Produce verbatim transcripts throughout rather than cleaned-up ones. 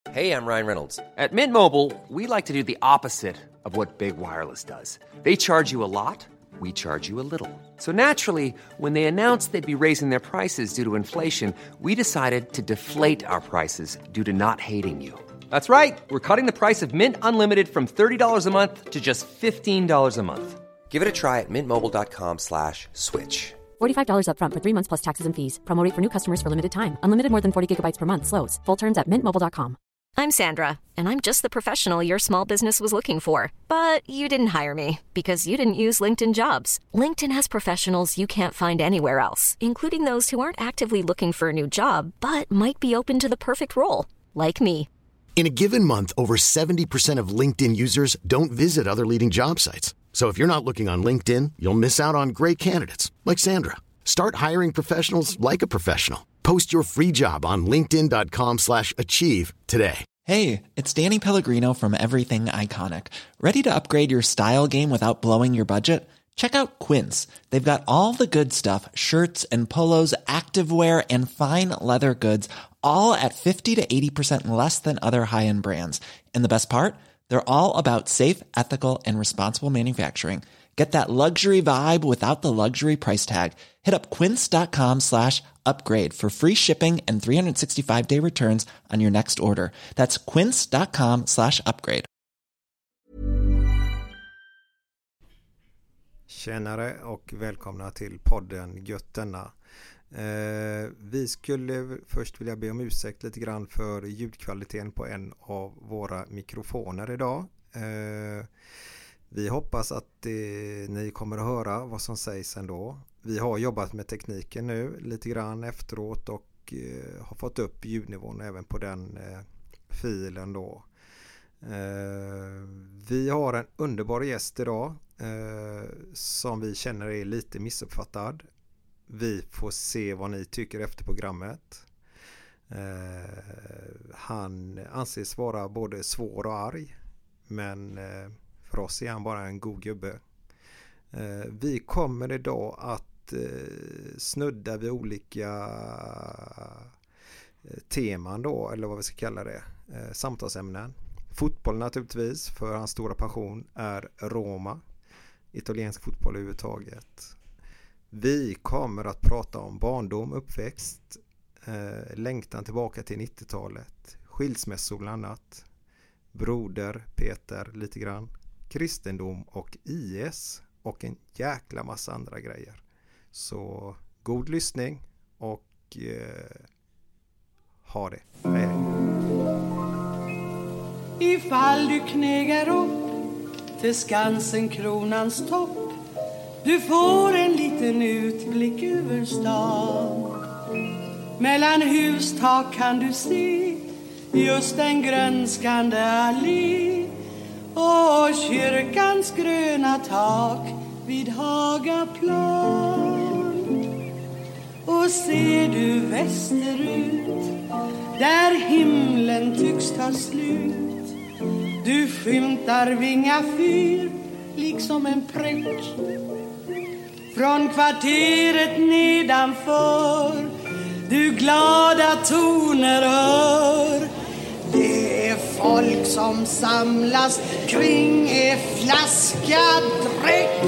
Hey, I'm Ryan Reynolds. At Mint Mobile, we like to do the opposite of what Big Wireless does. They charge you a lot, we charge you a little. So naturally, when they announced they'd be raising their prices due to inflation, we decided to deflate our prices due to not hating you. That's right. We're cutting the price of Mint Unlimited from thirty dollars a month to just fifteen dollars a month. Give it a try at mintmobile.com slash switch. forty-five dollars up front for three months plus taxes and fees. Promo rate for new customers for limited time. Unlimited more than forty gigabytes per month slows. Full terms at mint mobile dot com. I'm Sandra, and I'm just the professional your small business was looking for. But you didn't hire me because you didn't use LinkedIn Jobs. LinkedIn has professionals you can't find anywhere else, including those who aren't actively looking for a new job, but might be open to the perfect role, like me. In a given month, over seventy percent of LinkedIn users don't visit other leading job sites. So if you're not looking on LinkedIn, you'll miss out on great candidates like Sandra. Start hiring professionals like a professional. Post your free job on linkedin.com slash achieve today. Hey, it's Danny Pellegrino from Everything Iconic. Ready to upgrade your style game without blowing your budget? Check out Quince. They've got all the good stuff, shirts and polos, activewear, and fine leather goods, all at fifty to eighty percent less than other high-end brands. And the best part? They're all about safe, ethical, and responsible manufacturing. Get that luxury vibe without the luxury price tag. Hit up quince.com slash upgrade for free shipping and three sixty-five day returns on your next order. That's quince.com slash upgrade. Tjenare och välkomna till podden Gött denna. Eh, vi skulle först vilja be om ursäkt lite grann för ljudkvaliteten på en av våra mikrofoner idag. Eh, vi hoppas att eh, ni kommer att höra vad som sägs ändå. Vi har jobbat med tekniken nu lite grann efteråt och eh, har fått upp ljudnivån även på den eh, filen då. Eh, vi har en underbar gäst idag eh, som vi känner är lite missuppfattad. Vi får se vad ni tycker efter programmet. Eh, han anses vara både svår och arg, men eh, för oss är han bara en god gubbe. Eh, vi kommer idag att eh, snudda vid olika eh, teman då, eller vad vi ska kalla det, eh, samtalsämnen. Fotboll naturligtvis, för hans stora passion är Roma, italiensk fotboll överhuvudtaget. Vi kommer att prata om barndom, uppväxt, eh, längtan tillbaka till nittiotalet, skilsmässor bland annat, broder Peter lite grann, kristendom och I S och en jäkla massa andra grejer. Så god lyssning och eh, ha det. Hej. Ifall du knegar upp till Skansen kronans topp, du får en liten utblick över stan. Mellan hustak kan du se just en grönskande allé och kyrkans gröna tak vid Hagaplan. Och ser du västerut där himlen tycks ta slut, du skymtar Vinga fyr liksom en prick från kvarteret nedanför. Du glada toner hör, det är folk som samlas kring en flaska dräck.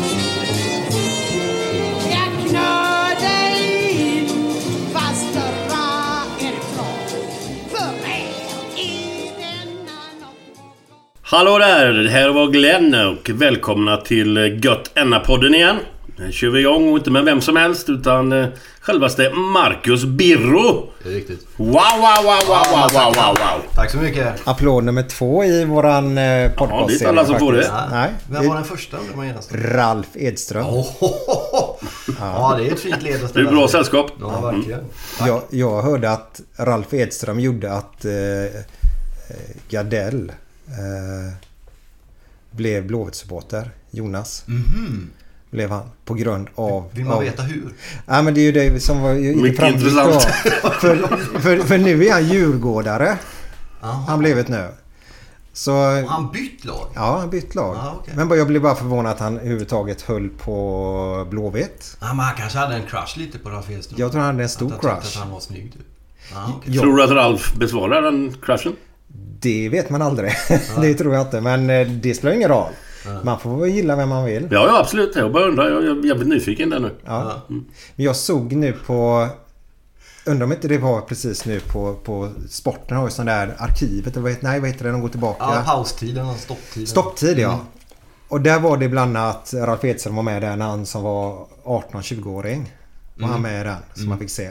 Jag knör dig in fast dra er från, för er i denna natt. Hallå där, det här var Glenn och välkomna till Gött Enna-podden igen. Nu kör vi igång och inte med vem som helst utan eh, självaste Marcus Birro. Det är riktigt. Wow, wow, wow, wow, wow, wow, wow, wow. Tack så mycket. Applåd nummer två i våran eh, podcast. Ja, det är inte alla som får det. Nej. Vem var den första? Ralf Edström. Oh, oh, oh. Ja, det är ett fint led. Det är bra sällskap. Ja, verkligen. Mm. Jag, jag hörde att Ralf Edström gjorde att eh, Gardell eh, blev Blåvitt-supporter. Jonas. Mhm. Blev han på grund av... Vill man av, veta hur? Ja, men det är ju det som var mycket intressant. För, för, för nu är han djurgårdare. Aha. Han blivit nu. Så, han bytt lag? Ja, han bytt lag. Ah, okay. Men jag blev bara förvånad att han överhuvudtaget höll på Blåvitt. Ja, men han kanske hade en crush lite på Ralf Edström. Jag tror han hade en stor att crush. Att han var snygg. Ah, okay. Tror du att Ralf besvarar den crushen? Det vet man aldrig. Det tror jag inte. Men det spelar ingen roll. Man får gilla vem man vill. Ja, ja absolut. Jag bara undrar. Jag är jävligt nyfiken där nu. Ja. Mm. Men jag såg nu på... Undrar om inte det var precis nu på, på sporten har ju sån där arkivet. Eller vad heter, nej, vad heter det? De går tillbaka. Ja, paustiden och stopptiden. Stopptid, ja. Mm. Och där var det bland annat Ralf Edström var med där när han som var arton-tjugo-åring. Var han med i den som mm. man fick se.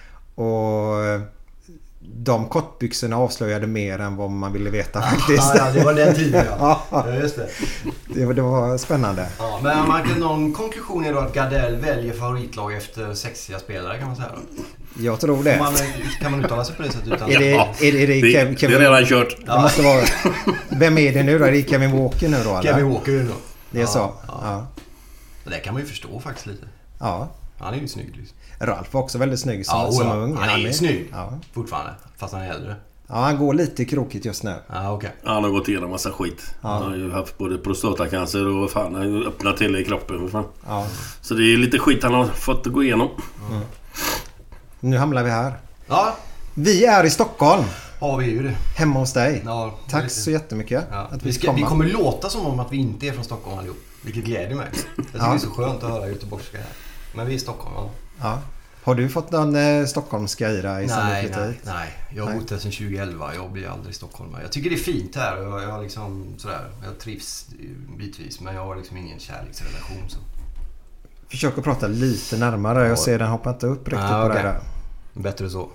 Och de kortbyxorna avslöjade mer än vad man ville veta faktiskt. Ja, det var den tiden, ja. ja just det. Det var, det var spännande. Ja, men man kan någon konklusion är då att Gardell väljer favoritlag efter sexiga spelare kan man säga då? Jag tror det. Man, kan man uttala sig på det sättet utan... Är det, ja, är det, är det, det, Kevin, det är redan kört. Det måste vara... Vem är det nu då? Är det Kevin Walker nu då? Eller? Kevin Walker nu då. Det är ja, så? Ja. Ja. Det kan man ju förstå faktiskt lite. Ja. Han är ju snygg liksom. Ralf var också väldigt snygg som, ja, som ja. ung. Han är ju snygg ja. fortfarande. Fast han är äldre. Ja, han går lite krokigt just nu. Ja, okay. Han har gått igenom massa skit. Ja. Han har ju haft både prostatacancer och fan, han har öppnat till i kroppen. Fan. Ja. Så det är lite skit han har fått gå igenom. Mm. Nu hamnar vi här. Ja. Vi är i Stockholm. Ja, vi är ju det. Hemma hos dig. Ja, tack lite. så jättemycket. Ja. Att vi, vi, ska, vi kommer låta som om att vi inte är från Stockholm allihop. Vilket gläder mig. Jag tycker ja. det är så skönt att höra göteborgska här. Men vi är i Stockholm, ja. Ja. Har du fått någon eh, stockholmska i dig? Nej, nej, nej. Jag har bott här sedan tjugoelva. Jag blir aldrig stockholmare. Jag tycker det är fint här. Jag, jag, liksom, sådär, jag trivs bitvis. Men jag har liksom ingen kärleksrelation. Så. Försök att prata lite närmare. Jag ser den hoppar inte upp riktigt ah, på okay. det där. Bättre så.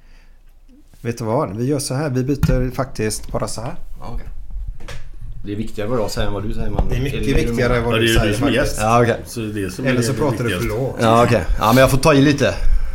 Vet du vad? Vi gör så här. Vi byter faktiskt bara så här. Ah, okay. Det är viktigare vad jag säger än vad du säger, man. Det är mycket är det viktigare än vad du, du säger. Det är som gäst. Ja, okay. Så det är som Eller är så pratar viktigast. du för lågt. Ja, okej. Okay. Ja, men jag får ta i lite.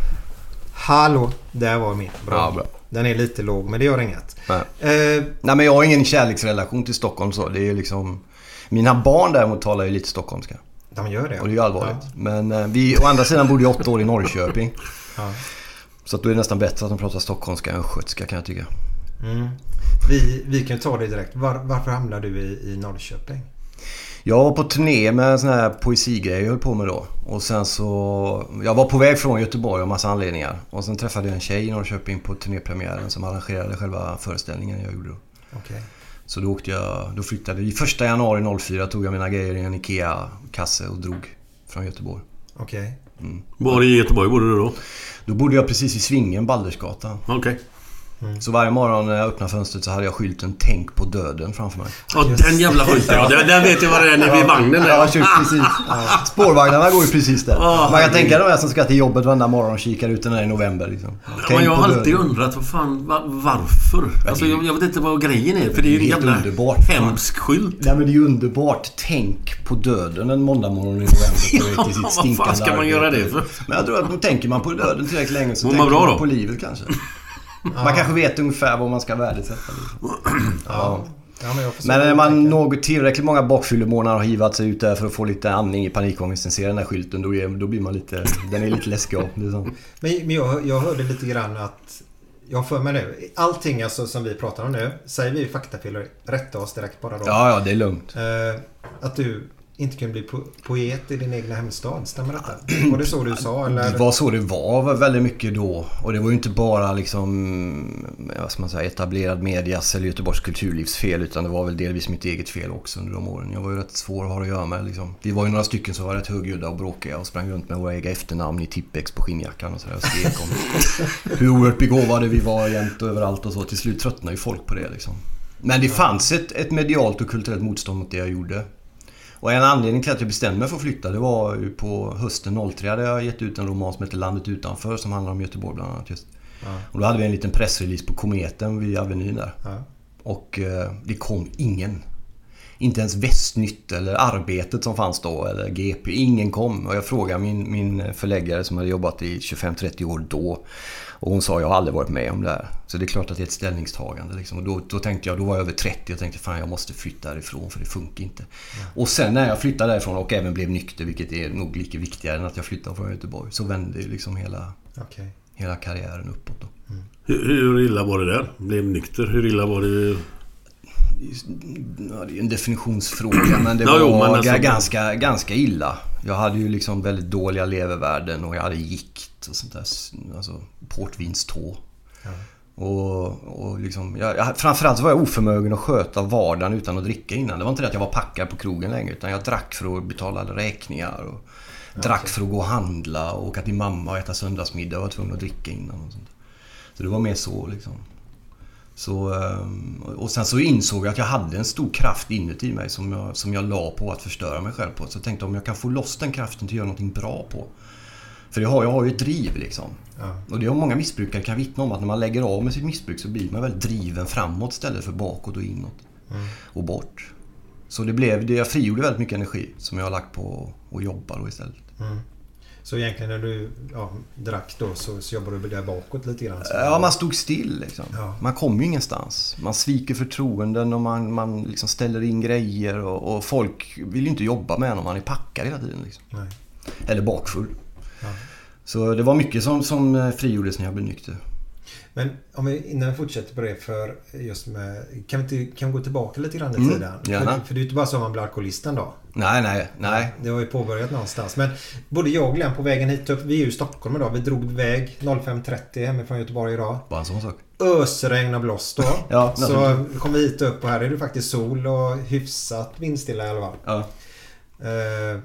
Hallå, där var min. Bra. Ja, bra. Den är lite låg, men det gör inget. Nej. Eh, Nej, men jag har ingen kärleksrelation till Stockholm så. Det är liksom... Mina barn däremot talar ju lite stockholmska. De gör det. Och det är ju allvarligt. Ja. Men eh, vi, å andra sidan bodde jag åtta år i Norrköping. Ja. Så att då är det nästan bättre att de pratar stockholmska än skötska kan jag tycka. Mm. Vi, vi kan ta det direkt. Var, varför hamnade du i, i Norrköping? Jag var på turné med en sån här poesigrej jag höll på med då. Och sen så... Jag var på väg från Göteborg av massa anledningar. Och sen träffade jag en tjej i Norrköping på turnépremiären som arrangerade själva föreställningen jag gjorde då. Okay. Så då åkte jag... Då flyttade jag. I första januari noll fyra tog jag mina grejer i en Ikea-kasse och drog från Göteborg. Okej. Okay. Mm. Var i Göteborg bodde du då? Då bodde jag precis i Svingen, Baldersgatan. Okej. Okay. Mm. Så varje morgon när jag öppnade fönstret så hade jag skylten "Tänk på döden" framför mig. Ja, den jävla skylten. Ja, den, den vet jag vad det är när vi är vagnen där. Ja, precis. Ja. Spårvagnarna går ju precis där. Oh, man kan tänka de här som ska till jobbet varenda morgon och kikar ut den här i november liksom. Ja, men jag har alltid döden. undrat vad fan, var, varför? Alltså jag, jag vet inte vad grejen är. För det är ju en jävla underbart, hemsk skylt. Nej, men det är ju underbart. Tänk på döden en måndag morgon i november. Till sitt stinkande vad fan ska man arbete. göra det för? Men jag tror att då tänker man på döden tillräckligt länge så man tänker bra man då? på livet kanske. Man kanske vet ungefär vad man ska värdesätta. Liksom. Ja. Ja, men men när man något tillräckligt många bakfyllemånader har hivat sig ut där för att få lite andning i panikångesten, ser den här skylten, då, är, då blir man lite, den är lite läskig av. Liksom. Men, men jag, jag hörde lite grann att jag för mig nu, allting alltså som vi pratar om nu, säger vi faktafel och rätta oss direkt bara då. Ja, ja, det är lugnt. Uh, att du inte kunde bli po- poet i din egna hemstad, stämmer detta? Var det så du sa? Eller? Det var så det var väldigt mycket då. Och det var ju inte bara liksom, vad ska man säga, etablerad medias eller Göteborgs kulturlivs fel, utan det var väl delvis mitt eget fel också under de åren. Jag var ju rätt svår att ha att göra med liksom. Vi var ju några stycken som var rätt högljudda och bråkiga och sprang runt med våra egna efternamn i Tippex på skinnjackan och sådär och skrek om hur oerhört begåvade vi var jämt och överallt och så. Till slut tröttnade ju folk på det liksom. Men det fanns ett, ett medialt och kulturellt motstånd mot det jag gjorde. Och en anledning till att jag bestämde mig för att flytta, det var ju på hösten noll tre hade jag gett ut en roman som heter Landet utanför, som handlar om Göteborg bland annat just. Ja. Och då hade vi en liten pressrelease på Kometen vid Avenyn där. Ja. Och eh, det kom ingen. Inte ens Västnytt eller Arbetet som fanns då eller G P, ingen kom. Och jag frågade min, min förläggare som hade jobbat i tjugofem trettio år då. Och hon sa, jag har aldrig varit med om det här. Så det är klart att det är ett ställningstagande. Liksom. Och då, då tänkte jag, då var jag över trettio och tänkte, fan jag måste flytta därifrån för det funkar inte. Mm. Och sen när jag flyttade därifrån och även blev nykter, vilket är nog lika viktigare än att jag flyttade från Göteborg, så vände liksom hela, okay. hela karriären uppåt då. Mm. Hur, hur illa var det där? Blev nykter? Hur illa var det? Ja, det är en definitionsfråga, men det var jo, men alltså... ganska, ganska illa. Jag hade ju liksom väldigt dåliga levervärden och jag hade gikt och sånt där, alltså portvinstå. Ja. Och, och liksom, jag, jag, framförallt så var jag oförmögen att sköta vardagen utan att dricka innan. Det var inte det att jag var packad på krogen längre, utan jag drack för att betala alla räkningar och ja, drack okay. för att gå och handla och åka till mamma och äta söndagsmiddag och var tvungen att dricka innan och sånt. Så det var mer så liksom. Så, och sen så insåg jag att jag hade en stor kraft inuti mig som jag, som jag la på att förstöra mig själv på. Så jag tänkte om jag kan få loss den kraften till att göra någonting bra på. För jag har, jag har ju ett driv liksom. Ja. Och det har många missbrukare kan vittna om att när man lägger av med sitt missbruk så blir man väldigt driven framåt istället för bakåt och inåt. Mm. Och bort. Så det blev det, jag frigjorde väldigt mycket energi som jag har lagt på att jobba då istället. Mm. Så egentligen när du ja, drack då så, så jobbade du där bakåt lite grann? Ja, man stod still liksom. Ja. Man kommer ju ingenstans. Man sviker förtroenden och man, man liksom ställer in grejer och, och folk vill ju inte jobba med en om man är packad hela tiden liksom. Nej. Eller bakfull. Ja. Så det var mycket som, som frigjordes när jag blev nykter. Men om vi, innan vi fortsätter på det för just med, kan vi, inte, kan vi gå tillbaka lite grann i mm, tiden? För, för det är ju inte bara så man blir alkoholisten då. Nej, nej, nej. Det var ju påbörjat någonstans. Men både jag och Glenn på vägen hit upp, vi är ju i Stockholm idag. Vi drog väg fem trettio hemifrån Göteborg idag. Bara en sån sak. Ösregn och blåst då. Ja, så kom vi hit upp och här är det faktiskt sol och hyfsat vindstilla i alla fall. Ja. Uh,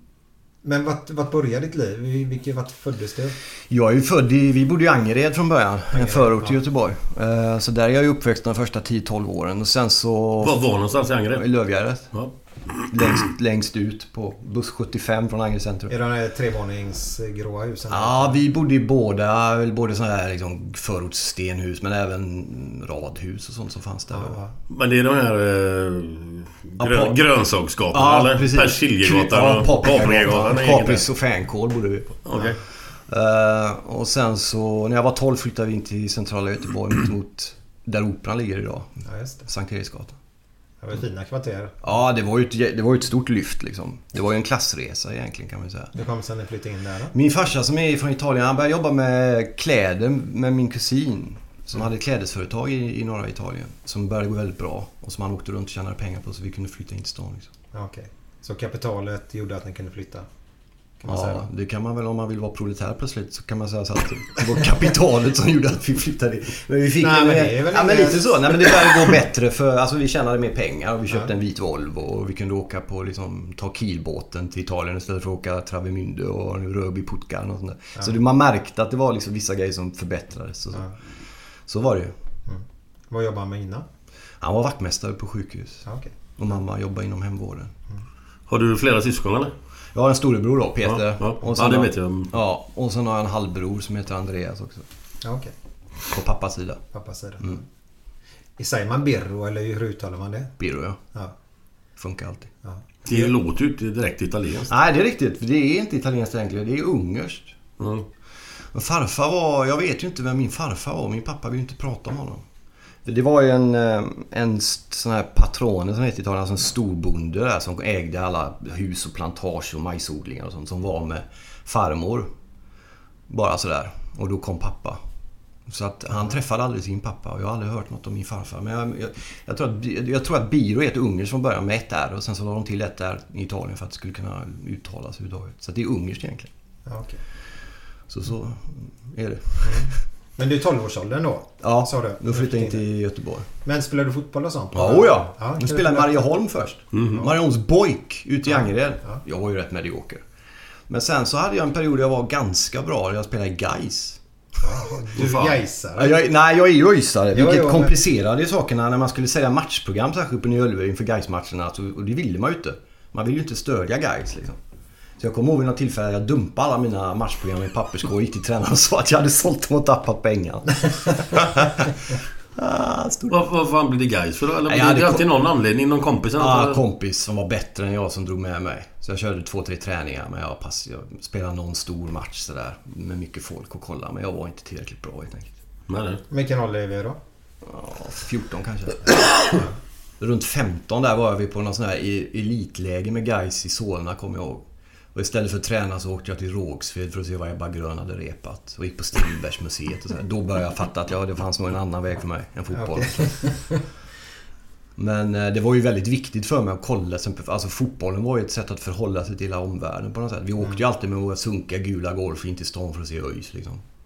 Men vart, vart började ditt liv? Vilket, vart föddes du? Jag är ju född i, vi bodde i Angered från början, Angered, en förort till ja. Göteborg. Så där är jag ju uppväxt de första tio tolv åren. Och sen så... Var var någonstans i Angered? I Lövgärdet. Ja. Längst, längst ut på buss sjuttiofem från Angered centrum. Är det de här trevåningsgråa husen? Ja, vi bodde i båda, både sådana här liksom förortsstenhus men även radhus och sånt som fanns där. Ja. Men det är de här eh, grön, ja, grönsaksgatorna ja, eller? Persiljegatan ja, och paprikagatan. Kapris och fänkål bodde vi på. Okay. Uh, och sen så, när jag var tolv flyttade vi in till centrala Göteborg mot där Operan ligger idag. Ja, just det. Sankt Eriksgatan. Det var fina kvarter. Ja, det var ju ett, det var ett stort lyft liksom. Det var ju en klassresa egentligen kan man säga. Du kom sen när ni flyttade in där då? Min farsa som är från Italien, han började jobba med kläder med min kusin. Som hade ett klädesföretag i, i norra Italien. Som började gå väldigt bra. Och som han åkte runt och tjänade pengar på så vi kunde flytta in till stan liksom. Okej. Okay. Så kapitalet gjorde att ni kunde flytta? Ja, säga. Det kan man väl om man vill vara proletär plötsligt så kan man säga så att det var kapitalet som gjorde att vi flyttade. Men vi fick Nej, en, men det är väl ja, men lite så. Nej, men det började gå bättre för alltså vi tjänade mer pengar och vi köpte ja. en vit Volvo och vi kunde åka på liksom ta Kielbåten till Italien istället för att åka Travemünde och Röby Puttgarden och sånt där. Ja. Så det, man märkte att det var liksom vissa grejer som förbättrades så, ja. så var det ju. Mm. Vad jobbade han med innan? Han var vaktmästare på sjukhus. Ja, okay. Och mamma jobbade inom hemvården. Mm. Har du flera syskon eller? Jag har en storebror då, Peter. Ja, ja. Och sen ja det har, vet jag. Ja, och sen har jag en halvbror som heter Andreas också. Ja, okej. Okay. På pappas sida. Pappas sida. Mm. Säger man Birro eller hur uttalar man det? Birro, ja. ja. Funkar alltid. Ja. Det låter ju inte direkt italienskt. Nej, det är riktigt. Det är inte italienskt egentligen. Det är ungerskt. Mm. Men farfar var... Jag vet ju inte vem min farfar var. Min pappa vill ju inte prata om honom. Det var ju en, en sån här patron som heter i Italien, alltså en storbonde där som ägde alla hus och plantage och majsodlingar och sånt som var med farmor. Bara sådär. Och då kom pappa. Så att han träffade aldrig sin pappa och jag har aldrig hört något om min farfar. Men jag, jag, jag, tror, att, jag tror att Biro är ett ungerskt som börjar med ett R och sen så la de till ett R i Italien för att det skulle kunna uttalas överhuvudtaget. Så det är ungerskt egentligen. Ja, okay. Så så är det. Mm. Men du är tolv-årsåldern då? Ja, sa du. Då flyttade jag in till Göteborg. Men spelar du fotboll och sånt? Ja, oh ja. ja nu spelade Marieholm först. Mm-hmm. Marieholms Boik ute i Angered. Ja. Jag var ju rätt medioker. Men sen så hade jag en period där jag var ganska bra. Jag spelade i Gais. Ja, du är gaisare? Jag, nej, jag är ju öjsare. Vilket jo, jo, komplicerade men... sakerna när man skulle säga matchprogram särskilt på Nyölve inför Gais-matcherna. Och det ville man ju inte. Man vill ju inte stödja Gais liksom. Så jag kommer ihåg vid något tillfälle jag dumpade alla mina matchprogram i papperskorg och gick till tränaren och sa att jag hade sålt dem och tappat pengar. ah, Vad vad fan blev det Gais för då? Eller blev det alltid någon anledning, någon kompis? Ja, ah, kompis som var bättre än jag som drog med mig. Så jag körde två, tre träningar men jag, pass, jag spelade någon stor match sådär med mycket folk och kolla. Men jag var inte tillräckligt bra helt enkelt. Nej. Vilken ålder är vi då? Ja, fjorton kanske. Runt femton där var vi på någon sån här elitläge med Gais i Solna kommer jag ihåg. Och istället för att träna så åkte jag till Rågsved för att se vad Ebba Grön hade repat. Och gick på Strindbergsmuseet och så här. Då började jag fatta att ja, det fanns nog en annan väg för mig än fotboll. Okay. Men det var ju väldigt viktigt för mig att kolla. Alltså fotbollen var ju ett sätt att förhålla sig till omvärlden på något sätt. Vi åkte ju alltid med våra sunka gula golf in till stan för att se ÖIS liksom.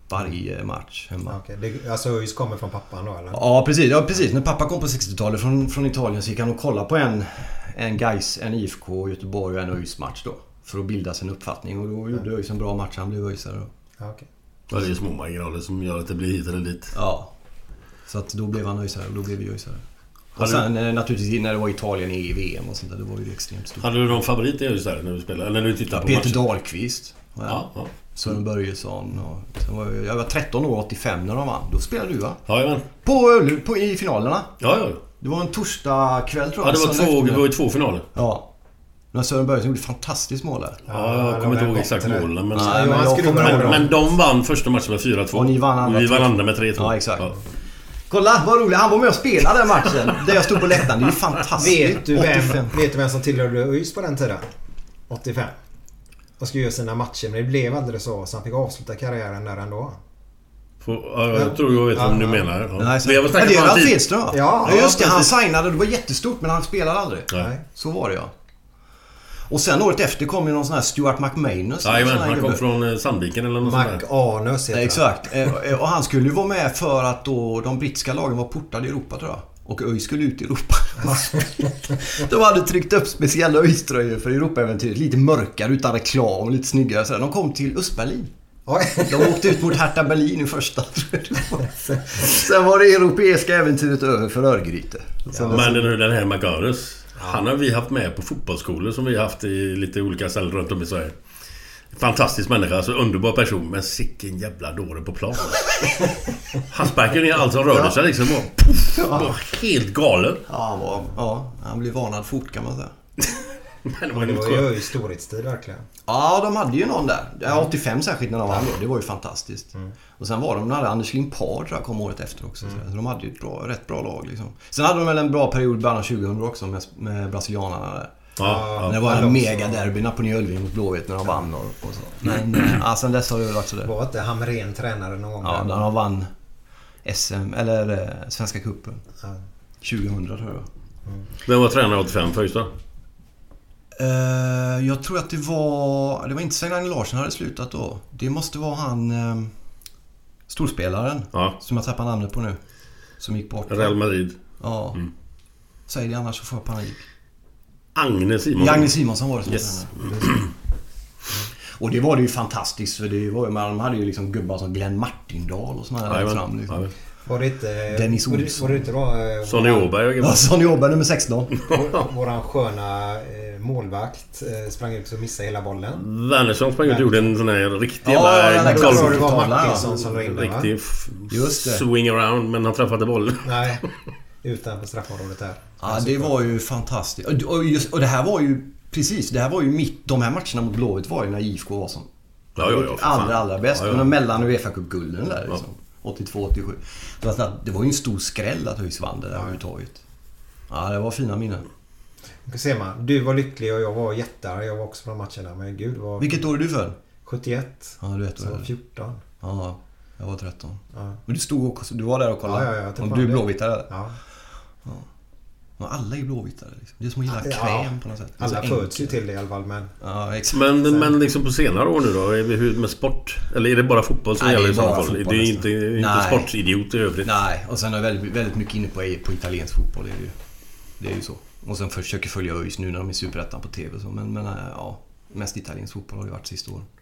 varje match hemma. Okay. Det, alltså ÖIS kommer från pappan då eller? Ja precis, ja, precis. När pappa kom på sextiotalet från, från Italien så gick han och kollade på en, en Gais, en I F K Göteborg och en ÖIS match då. För att bilda sin uppfattning och då gjorde ÖIS en bra match, han blev ÖISare då. Ja, okay. Ja, det är små marginaler som gör att det blir hit eller dit. Ja, så att då blev han ÖISare och då blev vi ÖISare. Och sen du... naturligtvis när det var Italien i V M och sånt där, det var ju extremt stort. Hade du någon favorit i ÖISare när du spelade? Eller när du tittade ja, på Peter matchen? Dahlqvist. Ja, ja. Sören Börjesson och sen var jag, jag var tretton år åttiofem när de vann. Då spelade du va? Ja, jag vann. På, på i finalerna. Ja, ja. Det var en torsdag kväll tror jag. Ja, det var två, det var ju två finaler. Ja. När Sören Börjesson gjorde fantastiskt mål där. Ja, jag kommer inte ihåg exakt målen men, Nej, men, men, men, men de vann första matchen med fyra två. Och ni vann andra, vi vann andra med tre två. Ja, exakt. Ja. Kolla, vad roligt. Han var med och spelade den matchen. Där jag stod på läktaren. Det är ju fantastiskt. Vet du vem, vet du vem som tillhörde ÖIS på den tiden? åttiofem. Och skulle göra sina matcher. Men det blev aldrig så. Så han fick avsluta karriären där ändå. För, ja, jag tror jag vet vad ja, du menar. Ja. Nej, så, men det är Ralf Edström. Ja, ja, just det. Han signade. Det var jättestort men han spelade aldrig. Nej. Så var det ja. Och sen året efter kom ju någon sån här Stuart McManus. Ja, men han kom från Sandviken eller något sånt där. McAnus heter ja, exakt. Och han skulle ju vara med för att då de brittiska lagen var portade i Europa tror jag. Och ÖIS skulle ut i Europa. De hade tryckt upp speciella ÖIS-tröjor för Europa-äventyret. Lite mörkare, utan reklam, lite snyggare. Så de kom till Östberlin. De åkte ut mot Hertha Berlin i första. Sen var det europeiska äventyret över för Örgryte. Ja, men den här McAnus, han har vi haft med på fotbollsskolor som vi har haft i lite olika ställen runt om i Sverige. Fantastisk människa, alltså underbar person. Men sicken jävla dåre på plan. Han sparkade ner allt som rörde sig liksom och puff, ja. Var helt galen. Ja, han, var, ja, han blev varnad fort kan man säga. Men det var, det var ju storhetstid verkligen. Ja, de hade ju någon där. åttiofem särskilt när de vann då. Det var ju fantastiskt. Mm. Och sen var de när Anders Limpar tror jag kom året efter också. Mm. Så de hade ju ett bra, rätt bra lag liksom. Sen hade de väl en bra period början av tjugohundra också med, med brasilianarna där. Ja, ja. Det var en mega derbyna på Njölving mot Blåvitt när de vann och, och så. Men mm. ja, sen dess har det varit så där. Var inte Hamrén tränare någon gång? Ja, när de vann S M eller eh, Svenska cupen. Ja. tjugohundra tror jag. Mm. Vem var tränare åttiofem först då? Uh, jag tror att det var... Det var inte Sven-Agne Larsson hade slutat då. Det måste vara han... Uh, storspelaren. Ja. Som jag tappar namnet på nu. Som gick bort. Real Madrid. Ja. Mm. Säg det annars så får jag panik. Agne Simonsson. Ja, Agne Simonsson var det som yes. mm. Och det var det ju fantastiskt. För det var ju, man hade ju liksom gubbar som Glenn Martindal och såna här ja, fram liksom. Ja. Var det inte... Dennis Olsson. Var det inte då... Eh, Sonny Åberg. Ja, Sonny Åberg nummer sexton. Vår, våran sköna eh, målvakt eh, sprang ut och missade hela bollen. Wernersson sprang ut och gjorde en sån här riktig... Ja, ja jag tror det var Martinsson som ringde, riktig just det. Swing around, men han träffade bollen. Nej, utanför straffområdet här. Ja, det var ju fantastiskt. Och, och, just, och det här var ju... Precis, det här var ju mitt... De här matcherna mot Blåvitt var ju när I F K var som... Ja, ja, ja, allra, allra bäst. Ja, ja. Och mellan UEFA Cup-gulden där liksom. Ja. åttiotvå åttiosju. Det var ju en stor skräll att ÖIS vann det där överhuvudtaget. Ja, det var fina minnen. Nu ser man, du var lycklig och jag var jättearg. Jag var också på matcherna, men gud var... Vilket år är du för? sjuttioett. Ja, du vet. Så jag var fjorton. Ja, jag var tretton. Ja. Men du stod och, du var där och kollade. Ja, ja, ja. Om du är blåvittare. Ja. Ja. Men alla är blåvittare liksom. Det är som att gilla ja, kräm på något sätt. Alla föds ju till det i alla fall, men... Ja, exakt. Men, men liksom på senare år nu då, är vi med sport? Eller är det bara fotboll som Nej, gäller det i sådana fall? fotboll, det är inte, inte sportsidiot i övrigt. Nej, och sen är jag väldigt, väldigt mycket inne på, på italiensk fotboll. Det är ju, det är ju så. Och sen försöker följa ÖIS nu när de är superettan på tv. Så. Men, men ja, mest italiensk fotboll har det varit sista åren.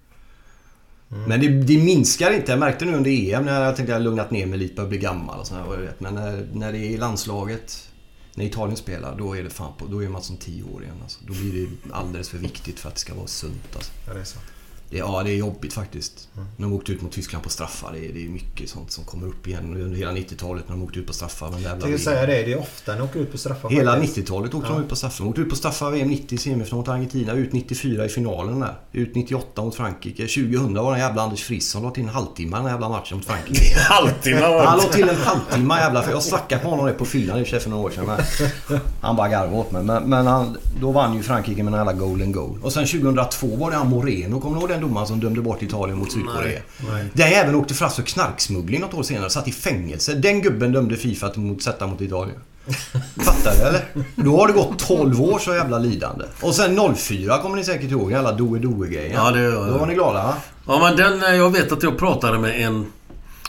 Mm. Men det, det minskar inte. Jag märkte nu under E M när jag tänkte jag har lugnat ner mig lite och bli gammal och sådär, vad jag vet. Men när, när det är i landslaget, när Italien spelar, då är det fan på, då är man som tio år igen alltså. Då blir det alldeles för viktigt för att det ska vara sunt alltså. Ja, det är så. Det, ja, det är jobbigt faktiskt. Mm. När de åkte ut mot Tyskland på straffar, det är, det är mycket sånt som kommer upp igen under hela nittiotalet när de åkte ut på straffar. Men jag vill säga det, det är ofta när de åker ut på straffar. Hela faktiskt. nittiotalet åkte ja. de ut på straffar. De åkte ut på straffar V M nittio i semifinal mot Argentina, ut nittiofyra i finalen där. Ut nittioåtta mot Frankrike. tjugohundra var den jävla Anders Friss som la till en halvtimme den jävla matchen mot Frankrike. halvtimme? Han la till en halvtimme jävla, för jag snackade på honom på fyllan i för några år sedan. Men han bara garvade åt mig. Men, men han, då vann ju Frankrike med en jävla golden goal. Och sen tjugohundratvå var det han Moreno, kommer du ihåg den domaren som dömde bort Italien mot Sydkorea? Där även åkte fast för knarksmuggling något år senare, satt i fängelse. Den gubben dömde FIFA att mot, sätta mot Italien. Fattar du eller? Då har det gått tolv år så jävla lidande. Och sen noll fyra kommer ni säkert ihåg, alla doe doe grejer. Ja, det gör jag. Då var ni glada, va? Ja, men den, jag vet att jag pratade med en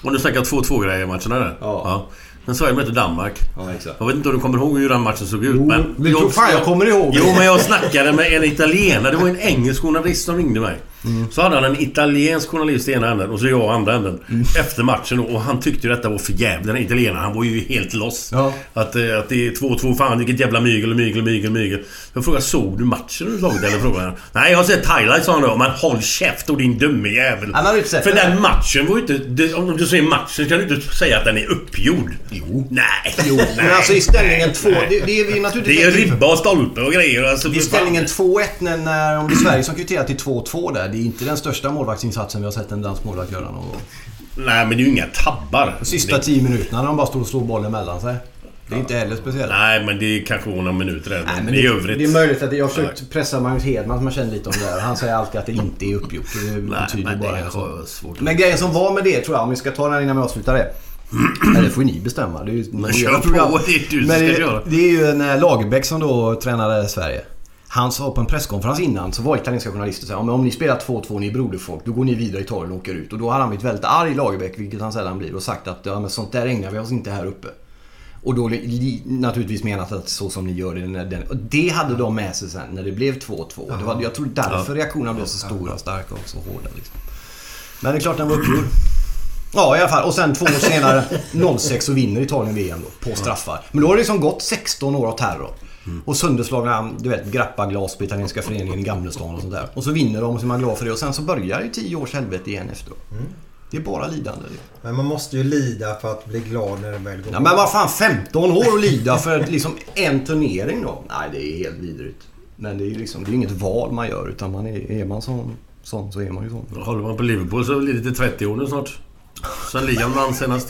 Och du snackar två två grejer i matcherna där. Ja. ja. Men Sverige mötte Danmark. Ja, exakt. Jag vet inte om du kommer ihåg hur den matchen såg ut. Jo, men du tror fan jag kommer ihåg. Jo, men jag snackade med en italienare. Det var en engelsk journalist som ringde mig. Mm. Så hade han en italiensk journalist i ena änden och så jag andra änden. Mm. Efter matchen. Och han tyckte ju detta var för jävla. Den italienaren, han var ju helt loss. Ja. Att, att det är två två, fan vilket jävla mygel, mygel, mygel, mygel. Jag frågade, såg du matchen du slagit eller frågade han? Nej, jag har sett highlights, sa han då. Men håll käft och din dumme jävel. Han har inte sett för det. Den matchen var ju inte det, om du säger matchen kan du inte säga att den är uppgjord. Jo. Nej. Jo. Men alltså i ställningen två det, det är vi naturligtvis. Det är ribba och stolpe och grejer alltså. I ställningen två ett när, när om det är Sverige som kvitterar till två två där. Det är inte den största målvaktsinsatsen vi har sett en dansk målvakt göra någon gång. Nej, men det är ju inga tabbar. De sista tio minuterna när de bara står och slår bollen mellan sig. Det är inte heller speciellt. Nej, men det är kanske några minuter där. Nej, men det, det, är övrigt. det är möjligt att jag har försökt pressa Magnus Hedman som jag känner lite om det där. Han säger alltid att det inte är uppgjort. Det betyder Nej, bara det en sak. svårt. Men grejen som var med det tror jag, om vi ska ta den innan vi avslutar det. Eller får ni bestämma. Det är ju, men jag på, det är du som men ska det, göra. Det är ju en Lagerbäck som då tränade Sverige. Han sa på en presskonferens innan så var italienska journalister så här, om ni spelar två två, ni är broderfolk, då går ni vidare i Italien och åker ut. Och då hade han blivit väldigt arg Lagerbäck, vilket han sällan blir, och sagt att ja, men sånt där ägnar vi oss inte här uppe. Och då li, naturligtvis menat att så som ni gör det. När den, och det hade de med sig sen när det blev två två. Det var, jag tror därför reaktionerna blev så stora, starka och så hårda. Liksom. Men det är klart den var uppgjord. Ja, i alla fall. Och sen två år senare, noll sex, så vinner Italien V M då, på straffar. Men då har det liksom gått sexton år av terror. Mm. Och sönderslagna, du vet, grappaglas på italienska föreningen i Gamlestan och sånt där. Och så vinner de och så är man glad för det. Och sen så börjar ju tio års helvete igen efteråt. Mm. Det är bara lidande. Men man måste ju lida för att bli glad när det väl går. Ja, men vad fan, femton år att lida för liksom en turnering då? Nej, det är helt vidrigt. Men det är ju liksom, det är inget val man gör, utan man är, är man sån, sån så är man ju sån. Håller man på Liverpool så blir det till trettio år nu snart. Sen ligan vann senast.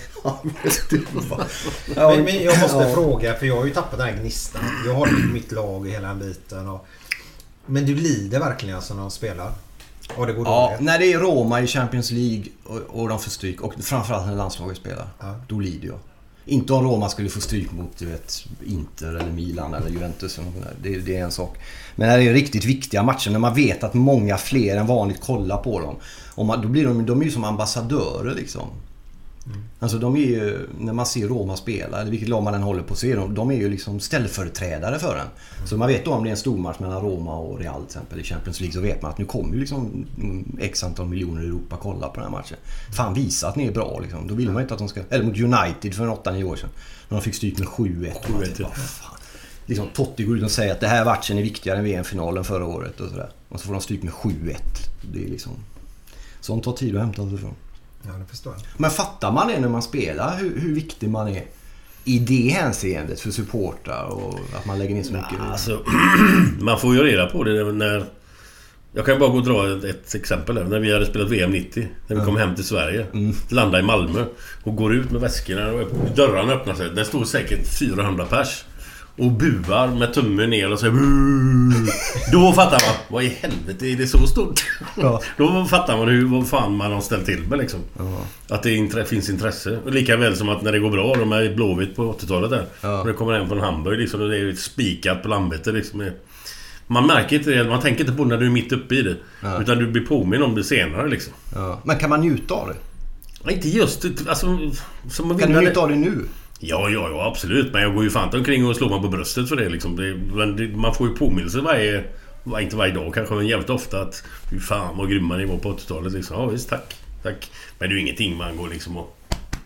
men, men jag måste ja. fråga, för jag har ju tappat den här gnistan. Jag har ju mitt lag i hela den biten. Och... Men du lider verkligen alltså när de spelar? Och det går ja, dåligt. När det är Roma i Champions League och, och de får stryk, och framförallt när landslaget spelar, ja. Då lider jag. Inte om Roma skulle få stryk mot, du vet, Inter eller Milan eller Juventus. Det, det är en sak. Men när det är riktigt viktiga matcher, när man vet att många fler än vanligt kollar på dem, och man, då blir de, de är ju som ambassadörer liksom. Mm. Alltså de är ju, när man ser Roma spela, eller vilket lag man än håller på att se, de, de är ju liksom ställföreträdare för en. Mm. Så man vet då om det är en stor match mellan Roma och Real till exempel i Champions League, så vet man att nu kommer ju liksom x antal miljoner i Europa kolla på den här matchen. Fan, visa att ni är bra liksom. Då vill man inte att de ska, eller mot United för åtta nio år sedan när de fick stryk med sju ett. Liksom Totti går ut och säger att det här matchen är viktigare än V M-finalen förra året och sådär. Och så får de stryk med sju ett. Det är liksom, sånt tar tid att hämta sig från. Ja, det förstår jag. Men fattar man det när man spelar, hur, hur viktig man är i det hänseendet för supportrar och att man lägger ner så mycket? Nah, alltså, man får ju reda på det när... Jag kan bara gå och dra ett, ett exempel där. När vi hade spelat V M nittio, när vi mm. kom hem till Sverige, mm. landade i Malmö och går ut med väskorna och dörrarna öppnar sig. Det står säkert fyrahundra pers och buar med tummen ner och säger Buh! Då fattar man, vad i helvete är det så stort? Ja. Då fattar man hur vad fan man har ställt till med liksom. Ja. Att det intre- finns intresse. Och lika väl som att när det går bra, de är Blåvitt på åttiotalet där. Ja. När det kommer hem från Hamburg liksom, och det är ju spikat på Landvetter liksom. Man märker inte det, man tänker inte på när du är mitt uppe i det. Ja. Utan du blir påminn om det senare liksom. Ja. Men kan man njuta av det? Ja, inte just alltså, som man kan du njuta av det nu? Ja, ja, ja, absolut. Men jag går ju fan omkring och slår mig på bröstet för det liksom. Det, men det, man får ju påminnelse varje, inte varje dag kanske, men jävligt ofta att fy fan vad grymma ni var på åttiotalet liksom. Ja visst, tack, tack. Men det är ju ingenting man går liksom och...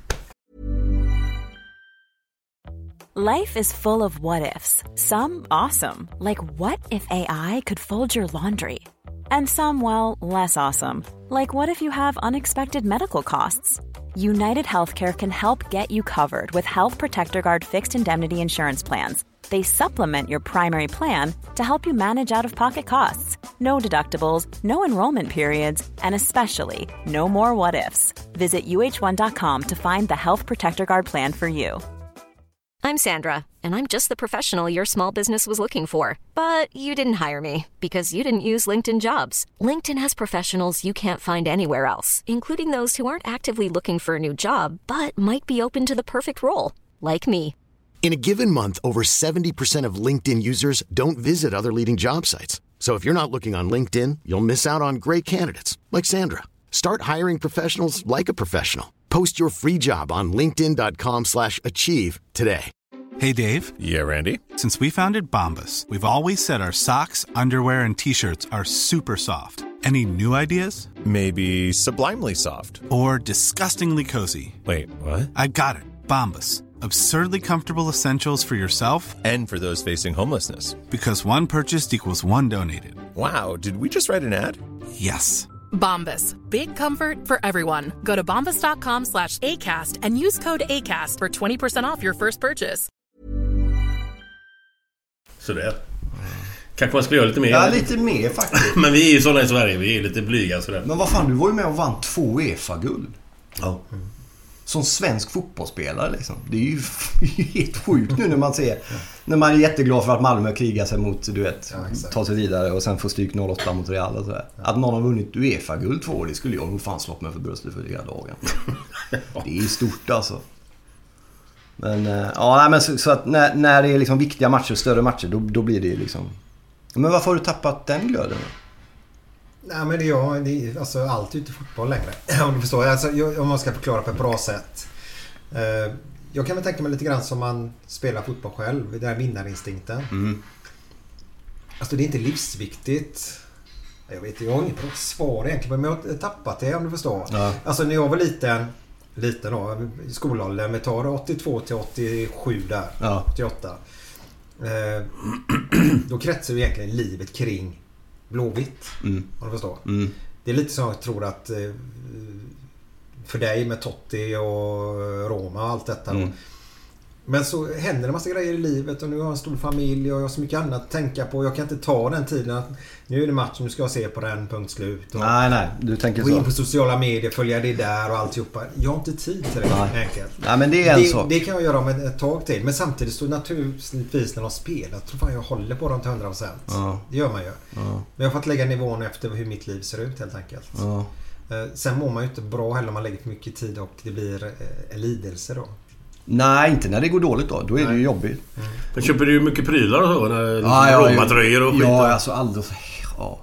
Life is full of what-ifs. Some awesome. Like what if A I could fold your laundry? And some, well, less awesome. Like what if you have unexpected medical costs? United Healthcare can help get you covered with Health Protector Guard fixed indemnity insurance plans. They supplement your primary plan to help you manage out-of-pocket costs. No deductibles, no enrollment periods, and especially no more what-ifs. Visit U H one dot com to find the Health Protector Guard plan for you. I'm Sandra, and I'm just the professional your small business was looking for. But you didn't hire me because you didn't use LinkedIn Jobs. LinkedIn has professionals you can't find anywhere else, including those who aren't actively looking for a new job, but might be open to the perfect role, like me. In a given month, over seventy percent of LinkedIn users don't visit other leading job sites. So if you're not looking on LinkedIn, you'll miss out on great candidates like Sandra. Start hiring professionals like a professional. Post your free job on linkedin.com slash achieve today. Hey, Dave. Yeah, Randy. Since we founded Bombas, we've always said our socks, underwear, and T-shirts are super soft. Any new ideas? Maybe sublimely soft. Or disgustingly cozy. Wait, what? I got it. Bombas. Absurdly comfortable essentials for yourself and for those facing homelessness. Because one purchased equals one donated. Wow, did we just write an ad? Yes. Bombas. Big comfort for everyone. Go to bombas.com slash ACAST and use code ACAST for twenty percent off your first purchase. Sådär. Kanske man ska göra lite mer. Ja, lite mer faktiskt. Men vi är ju sådana i Sverige, vi är lite blyga sådär. Men vad fan, du var ju med och vann två UEFA-guld. Ja. Mm. Som svensk fotbollsspelare liksom. Det är ju helt sjukt nu när man ser. När man är jätteglad för att Malmö krigar sig mot, du vet, ja, ta sig vidare och sen få stryk noll åtta mot Real och sådär. Ja. Att någon har vunnit UEFA-guld två år, det skulle jag nog fan slått mig för bröstet för hela dagen. Det är stort alltså. Men ja, nej, men så, så att när, när det är liksom viktiga matcher, större matcher, då, då blir det liksom. Men varför har du tappat den glöden? Nej, men det är, ja, det är alltså allt ute i fotboll längre. Om du förstår. Alltså, jag, om man ska förklara på ett bra sätt. Eh, jag kan väl tänka mig lite grann som man spelar fotboll själv. Den här vinnarinstinkten. Mm. Alltså det är inte livsviktigt. Jag vet inte, jag har inget bra svar egentligen. Men jag har tappat det, om du förstår. Ja. Alltså när jag var liten, liten då, i skolåldern. Vi tar åttiotvå till åttiosju där. Ja. åttioåtta. Eh, då kretsar ju egentligen livet kring Blåvitt, mm. om du förstår. Mm. Det är lite som jag tror att för dig med Totti och Roma och allt detta. Mm. Men så händer det en massa grejer i livet och nu har jag en stor familj och jag har så mycket annat att tänka på. Jag kan inte ta den tiden att nu är det matchen, nu ska jag se på den, punkt slut. Och nej, nej, du tänker gå så. in på sociala medier, följa det där och alltihopa. Jag har inte tid till det, nej. Enkelt. Nej, men det är en det, sak. Det kan jag göra om ett, ett tag till. Men samtidigt så naturligtvis när de spelar, jag tror fan jag håller på dem till hundra procent. Ja. Det gör man ju. Ja. Men jag har fått lägga nivån efter hur mitt liv ser ut helt enkelt. Ja. Sen mår man ju inte bra heller om man lägger för mycket tid och det blir en lidelse då. Nej, inte när det går dåligt då. Då är Nej. det ju jobbigt. Mm. Men köper du ju mycket prylar och så? När ja, ja, Roma-tröjor och skit? Ja, alltså alldeles... Ja.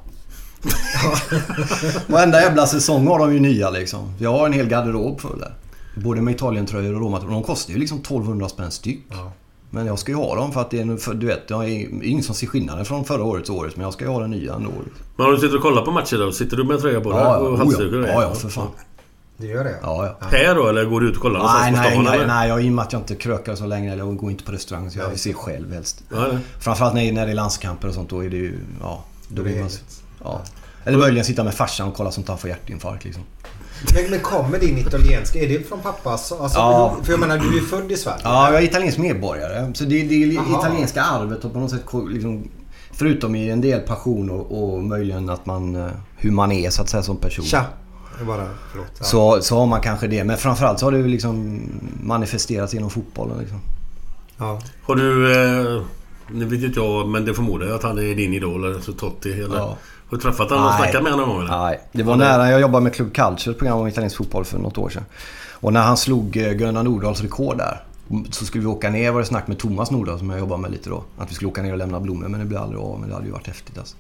Varenda jävla säsong har de ju nya liksom. Jag har en hel garderob för det. Både med Italien-tröjor och Roma-tröjor. De kostar ju liksom tolvhundra spänn styck. Ja. Men jag ska ju ha dem för att det är, för, du vet, jag är ingen som ser skillnaden från förra årets året. Men jag ska ju ha den nya ändå. Men har du sitter och kollar på matcher då? Sitter du med tröja på ja, och halsdukar? Ja, ja, för fan. Det gör det? Ja, ja. Här då? Eller går du ut och kollar nej, nej, på stan? Nej, eller? nej, jag, i och med att jag inte krökar så länge. Eller jag går inte på restaurang så jag nej. ser själv helst. Ja, ja. Framförallt när, när det är landskamper och sånt. Då är det ju... Ja, då vill man, ja. Eller möjligen sitta med farsan och kolla sånt han får hjärtinfarkt liksom. Men, men kommer din italienska? Är det från pappas? Alltså, ja. För jag menar, du är född i Sverige. Ja, jag är italiensk medborgare. Så det, det är Aha. italienska arvet och på något sätt liksom, förutom i en del passion och, och möjligen att man hur man är så att säga som person. Tja. Bara, förlåt, ja. så, så har man kanske det. Men framförallt så har det liksom manifesterats genom fotbollen liksom. Ja. Har du eh, nu vet inte jag, men det förmodar jag att han är din idol eller så Totti eller ja. Har du träffat honom och snackat med honom eller? Nej, det var ja, nära. Jag jobbade med Club Culture, ett program om italiensk fotboll för något år sedan. Och när han slog Gunnar Nordahls rekord där så skulle vi åka ner, var det snack med Thomas Nordahl som jag jobbar med lite då. Att vi skulle åka ner och lämna blommor, men det blev aldrig av. Men det hade ju varit häftigt alltså.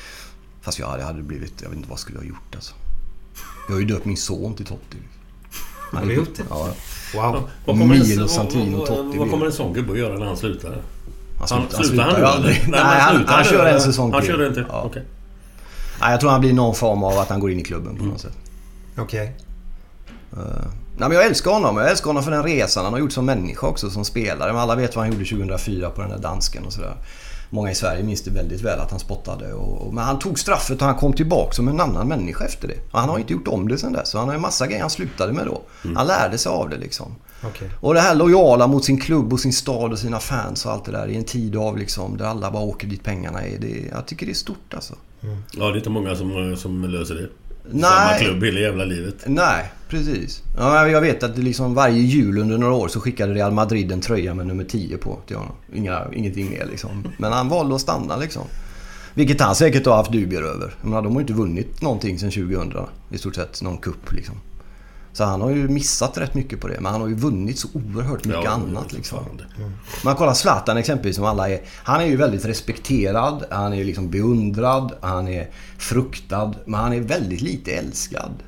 Fast jag hade, hade blivit, jag vet inte vad skulle jag ha gjort alltså. Jag har ju döpt min son till Totti. Har du gjort det? Ja. Wow. Vad kommer, Santino, vad, vad, vad kommer en sån gubbe att göra när han slutar? Han, slut, han, han slutar han, han aldrig. Nej, Nej han, han, han kör en säsong Han kör inte? Ja. Okay. Nej, jag tror han blir någon form av att han går in i klubben på något sätt. Okej. Okay. Uh, nej, men jag älskar honom. Jag älskar honom för den resan han har gjort som människa också, som spelare. Men alla vet vad han gjorde tjugohundrafyra på den där dansken och sådär. Många i Sverige minns det väldigt väl att han spottade. Och, och, men han tog straffet och han kom tillbaka som en annan människa efter det. Och han har inte gjort om det sen dess. Så han har en massa grejer han slutade med då. Mm. Han lärde sig av det liksom. Okay. Och det här lojala mot sin klubb och sin stad och sina fans och allt det där i en tid av liksom, där alla bara åker dit pengarna är. Det, jag tycker det är stort alltså. Mm. Ja, det är inte många som, som löser det. Nej. Samma klubb hela jävla livet. Nej, precis. Ja, jag vet att det liksom varje jul under några år så skickade Real Madrid en tröja med nummer tio på till honom. Inga, ingenting mer liksom. Men han valde att stanna liksom. Vilket han säkert har haft dubier över. Men de har ju inte vunnit någonting sedan tjugohundra. I stort sett någon kupp liksom. Så han har ju missat rätt mycket på det. Men han har ju vunnit så oerhört mycket ja, annat liksom. Mm. Man kollar Zlatan exempelvis som alla är. Han är ju väldigt respekterad. Han är liksom beundrad. Han är fruktad. Men han är väldigt lite älskad.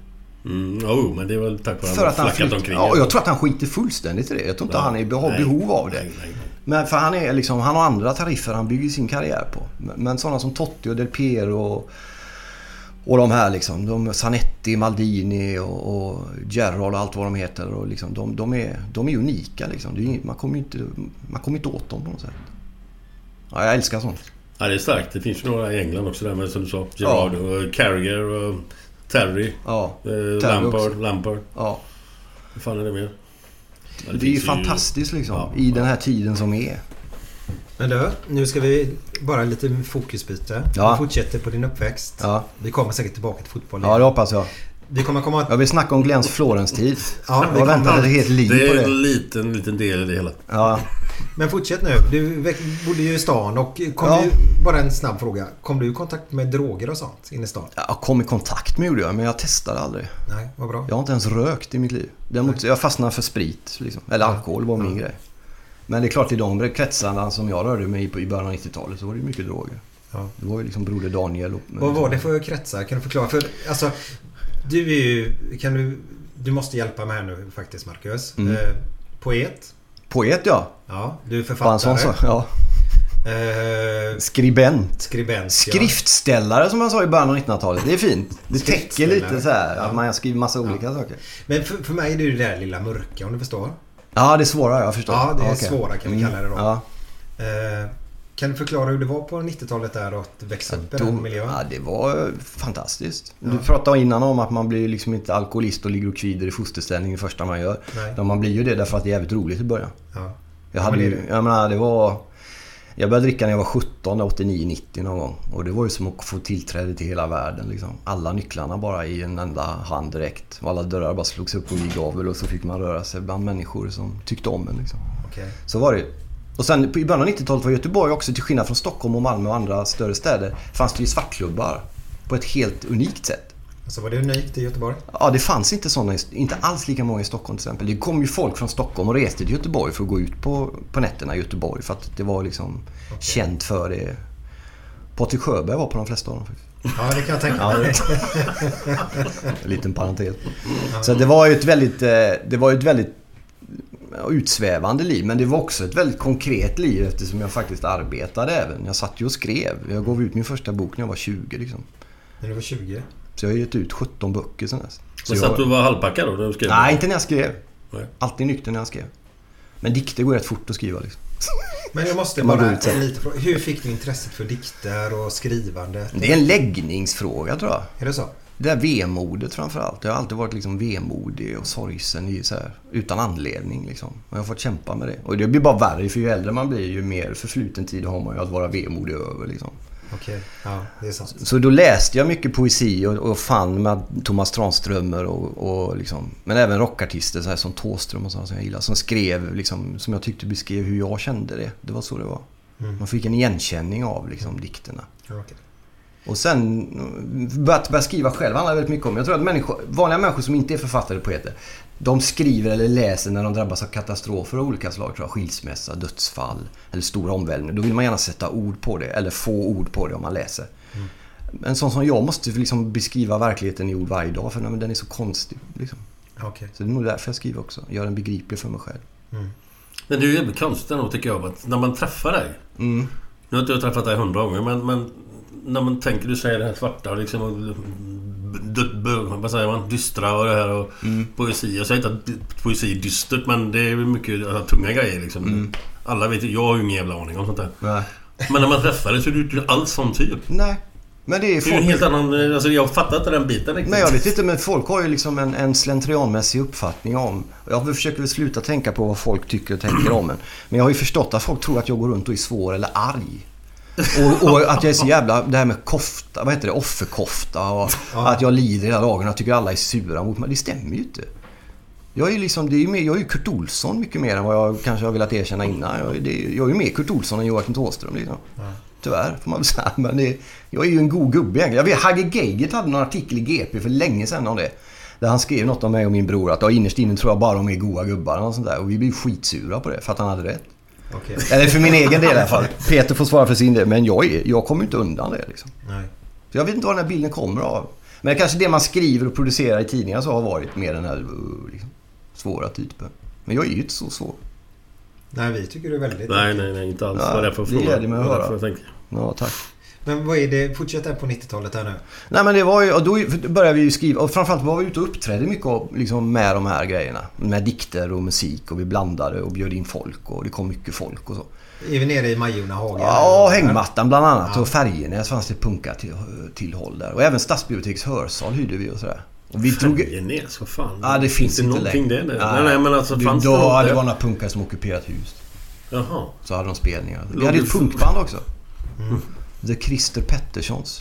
Mm, oh, men det är väl tack vare för att han flackat omkring. Ja, och jag tror att han skiter fullständigt i det. Jag tror inte ja, han är, har nej, behov av det. Nej, nej, nej. Men för han är liksom, han har andra tariffer han bygger sin karriär på. Men sådana som Totti och Del Piero och, och de här liksom, de Zanetti, Maldini och, och Gerrard och allt vad de heter och liksom, de, de, är, de är unika liksom. Det är inget, man kommer inte man kommer inte åt dem på något sätt. Ja, jag älskar sånt. Ja, det är starkt. Det finns ju några i England också där med, som du sa, Gerrard ja. och Carragher och Terry, ja. eh, Lampard, Lampard. Ja. Vad fan är det mer? Ja, det, det är ju fantastiskt liksom ja. i den här tiden som är. Men då, nu ska vi bara lite fokusbyte. Ja. Vi fortsätter på din uppväxt. Ja. Vi kommer säkert tillbaka till fotboll. Ja, det hoppas jag. Vi kommer komma... Jag vill snacka om Glens Florens-tid. Ja, jag har väntat ett helt liv på det. Det är en liten, liten del i det hela. Ja. Men fortsätt nu. Du bodde ju i stan och kom ja. du, bara en snabb fråga. Kom du i kontakt med droger och sånt inne i stan? Jag kom i kontakt med det, men jag testade aldrig. Nej, vad bra. Jag har inte ens rökt i mitt liv. Däremot, jag fastnade för sprit. Liksom. Eller alkohol var min ja. grej. Men det är klart, i de kretsarna som jag rörde mig i början av nittiotalet så var det ju mycket droger. Ja. Det var ju liksom broder Daniel. Och, vad var det för kretsar? Kan du förklara? För alltså, du är ju... Kan du, du måste hjälpa mig här nu faktiskt, Marcus. Mm. Eh, poet. Poet, ja. Ja, du är författare. Så, ja. Eh, Skribent. Skribent, Skriftställare som man sa i början av nittonhundratalet. Det är fint. Det täcker lite så här. Ja. Att man skriver massa olika ja. saker. Men för, för mig är det ju det där lilla mörka, om du förstår. Ja, det är svåra, jag förstår. Ja, det är okay. svåra kan vi kalla det då. Ja. Eh, kan du förklara hur det var på nittiotalet där och att växa upp i den miljön? Ja, det var fantastiskt. Ja. Du pratade innan om att man blir liksom inte alkoholist och ligger och kvider i fosterställning det första man gör. Nej. Man blir ju det därför att det är jävligt roligt i början. Ja. Jag hade ju, jag menar, det var... Jag började dricka när jag var sjutton, åttionio nittio någon gång. Och det var ju som att få tillträde till hela världen. Liksom. Alla nycklarna bara i en enda hand direkt. Och alla dörrar bara slogs upp på vid gavel och så fick man röra sig bland människor som tyckte om en. Liksom. Okay. Så var det. Och sen i början av nittiotalet var Göteborg också, till skillnad från Stockholm och Malmö och andra större städer, fanns det ju svartklubbar på ett helt unikt sätt. Så var det unikt i Göteborg? Ja, det fanns inte sådana, inte alls lika många i Stockholm till exempel. Det kom ju folk från Stockholm och reste till Göteborg för att gå ut på, på nätterna i Göteborg för att det var liksom okay. känt för det. Patrik Sjöberg var på de flesta av dem. Ja, det kan jag tänka mig. En liten parentes. Så det var ju ett väldigt, det var ju ett väldigt utsvävande liv, men det var också ett väldigt konkret liv eftersom jag faktiskt arbetade även. Jag satt ju och skrev. Jag gav ut min första bok när jag var tjugo liksom. När du var tjugo? Så jag har gett ut sjutton böcker sen dess. Så, så satt jag... du var halvpackad då när du skrev? Nej, inte när jag skrev. Nej. Alltid nykter när jag skrev. Men dikter går rätt fort att skriva liksom. Men jag måste bara lite fråga. Hur fick du intresset för dikter och skrivande? Det är en läggningsfråga tror jag. Är det så? Det där vemodet framförallt. Jag har alltid varit liksom vemodig och sorgsen i så här, utan anledning liksom. Och jag har fått kämpa med det. Och det blir bara värre för ju äldre man blir ju mer förfluten tid har man ju att vara vemodig över liksom. Okej, ja, det är sant. Så då läste jag mycket poesi och, och fann med Thomas Tranströmer och, och liksom, men även rockartister så här som Thåström och sådana som jag gillar, som skrev liksom, som jag tyckte beskrev hur jag kände det. Det var så det var. Mm. Man fick en igenkänning av liksom dikterna. Okay. Och sen började börja skriva själv handlar väldigt mycket om. Jag tror att människor, vanliga människor som inte är författare och poeter, de skriver eller läser när de drabbas av katastrofer av olika slag, tror jag, skilsmässa, dödsfall eller stora omvälvningar. Då vill man gärna sätta ord på det eller få ord på det om man läser. Mm. En sån som jag måste liksom beskriva verkligheten i ord varje dag för nej, men den är så konstig liksom. Okay. Så det är nog därför jag skriver också. Gör den begriplig för mig själv. Mm. Men det är ju jävligt konstigt nog tycker jag att när man träffar dig. Mm. Nu har inte jag träffat dig hundra gånger men, men när man tänker, du säger det här svarta och liksom och, vad säger man, dystra och det här och mm. poesi. Jag säger inte att poesi är dystert men det är mycket alltså, tunga grejer liksom. Mm. Alla vet, jag har ju ingen jävla aning om sånt där. Nej. Men när man träffar dig så är du inte alls sån typ. Nej. Men det är, folk... det är en helt annan, alltså jag fattar inte den biten riktigt. Men jag vet inte, men folk har ju liksom en, en slentrianmässig uppfattning om. Jag försöker väl sluta tänka på vad folk tycker och tänker om en. Men jag har ju förstått att folk tror att jag går runt och är svår eller arg. Och, och att jag är så jävla, det här med kofta, vad heter det, offerkofta och ja. Att jag lider hela dagen och jag tycker alla är sura mot mig, det stämmer ju inte. Jag är ju liksom, det är ju mer, jag är ju Kurt Olsson mycket mer än vad jag kanske har velat erkänna innan. Jag, det, jag är ju mer Kurt Olsson än Joakim Thåström liksom. Ja. Tyvärr får man väl säga, men det, jag är ju en god gubbe egentligen. Jag vet, Hagge Geigert hade någon artikel i G P för länge sedan om det. Där han skrev något om mig och min bror att ja, innerst inne tror jag bara de är goda gubbar och sånt där. Och vi blev skitsura på det för att han hade rätt. Okay. Eller för min egen del i alla fall. Peter får svara för sin del, men jag, är, jag kommer inte undan det liksom. Nej. Så jag vet inte var den här bilden kommer av. Men kanske det man skriver och producerar i tidningar så har varit mer den här uh, liksom, svåra typen. Men jag är ju inte så svår. Nej, vi tycker du är väldigt... Nej, nej, nej, inte alls. Ja, vad är det för det är det med att höra. För ja, tack. Men vad är det, fortsätt här på nittiotalet här nu? Nej, men det var ju, och då började vi ju skriva, och framförallt var vi ute och uppträdde mycket liksom, med de här grejerna. Med dikter och musik, och vi blandade och bjöd in folk, och det kom mycket folk och så. Är vi nere i Majornahagen? Ja, Hängmattan bland annat, ja. Och Färgenäs fanns det punka till, tillhåll där. Och även Stadsbiblioteks hörsal hyrde vi och sådär. Och vi Färgenäs, vad fan? Ja, det finns inte någonting längre. Det, nej, nej, men alltså fanns då, det då, inte? Det var några punkar som ockuperat hus. Jaha. Så hade de spelningar. Vi hade ett punkband också. Mm. The Christer Petterssons.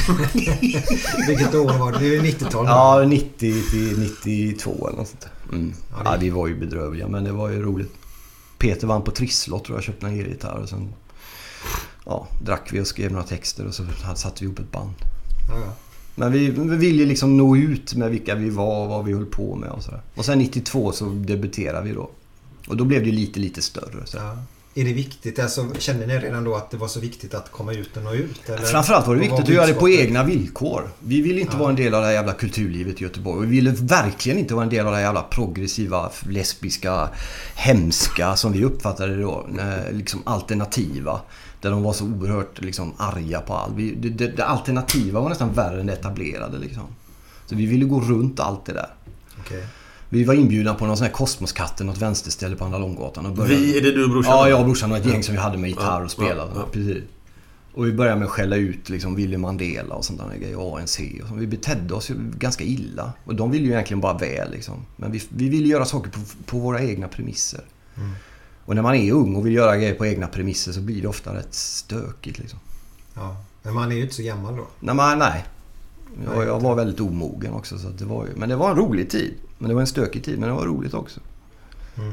Vilket år var det? Det är nittiotalet. Ja, nittio till nittiotvå eller något sånt där. Mm. Ja, det... ja, vi var ju bedrövliga, men det var ju roligt. Peter vann på trisslott, tror jag, köpte en elgitarr och sen ja, drack vi och skrev några texter och så satte vi ihop ett band. Ja, ja. Men vi, vi ville liksom nå ut med vilka vi var och vad vi höll på med och sådär. Och sen nittiotvå så debuterade vi då. Och då blev det lite, lite större. Så. Ja. Är det viktigt? Alltså, kände ni redan då att det var så viktigt att komma ut och nå ut? Eller? Framförallt var det viktigt att göra det på egna villkor. Vi ville inte ja. vara en del av det här jävla kulturlivet i Göteborg. Vi ville verkligen inte vara en del av det här jävla progressiva, lesbiska, hemska som vi uppfattade det då. Liksom alternativa. Där de var så oerhört liksom, arga på allt. Vi, det, det, det alternativa var nästan värre än det etablerade. Liksom. Så vi ville gå runt allt det där. Okay. Vi var inbjudna på någon sån här Kosmoskatten, något vänsterställe på Andra Långgatan. Och började... Vi, är det du och brorsan? Ja, jag och brorsan och ett gäng som vi hade med gitarr ja, och spelade. Ja, ja. Precis. Och vi började med att skälla ut liksom, Willy Mandela och sånt där grejer, A N C. Och så. Vi betedde oss ju ganska illa. Och de ville ju egentligen bara väl. Liksom. Men vi, vi ville göra saker på, på våra egna premisser. Mm. Och när man är ung och vill göra grejer på egna premisser så blir det ofta rätt stökigt. Liksom. Ja, men man är ju inte så gammal då. Nej, man, nej. Jag, jag var väldigt omogen också. Så det var ju, men det var en rolig tid. Men det var en stökig tid, men det var roligt också. Mm.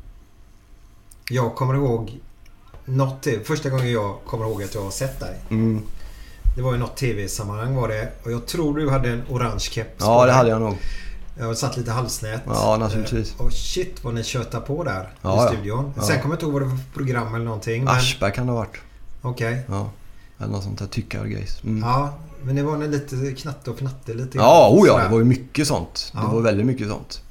Jag kommer ihåg något till, första gången jag kommer ihåg att jag har sett dig. Mm. Det var ju något tv-sammanhang var det. Och jag tror du hade en orange keps. Ja, det hade jag nog. Jag har satt lite halsnät. Ja, naturligtvis. Och shit vad ni tjötar på där ja, i studion. Ja. Sen kommer jag inte ihåg vad det var för program eller någonting. Aschberg men... kan det ha varit. Okej. Okay. Ja, eller något sånt där tyckargrejs. Mm. Ja, men det var lite knatte och fnatte lite. Ja, oh ja, det var ju mycket sånt. Ja. Det var väldigt mycket sånt.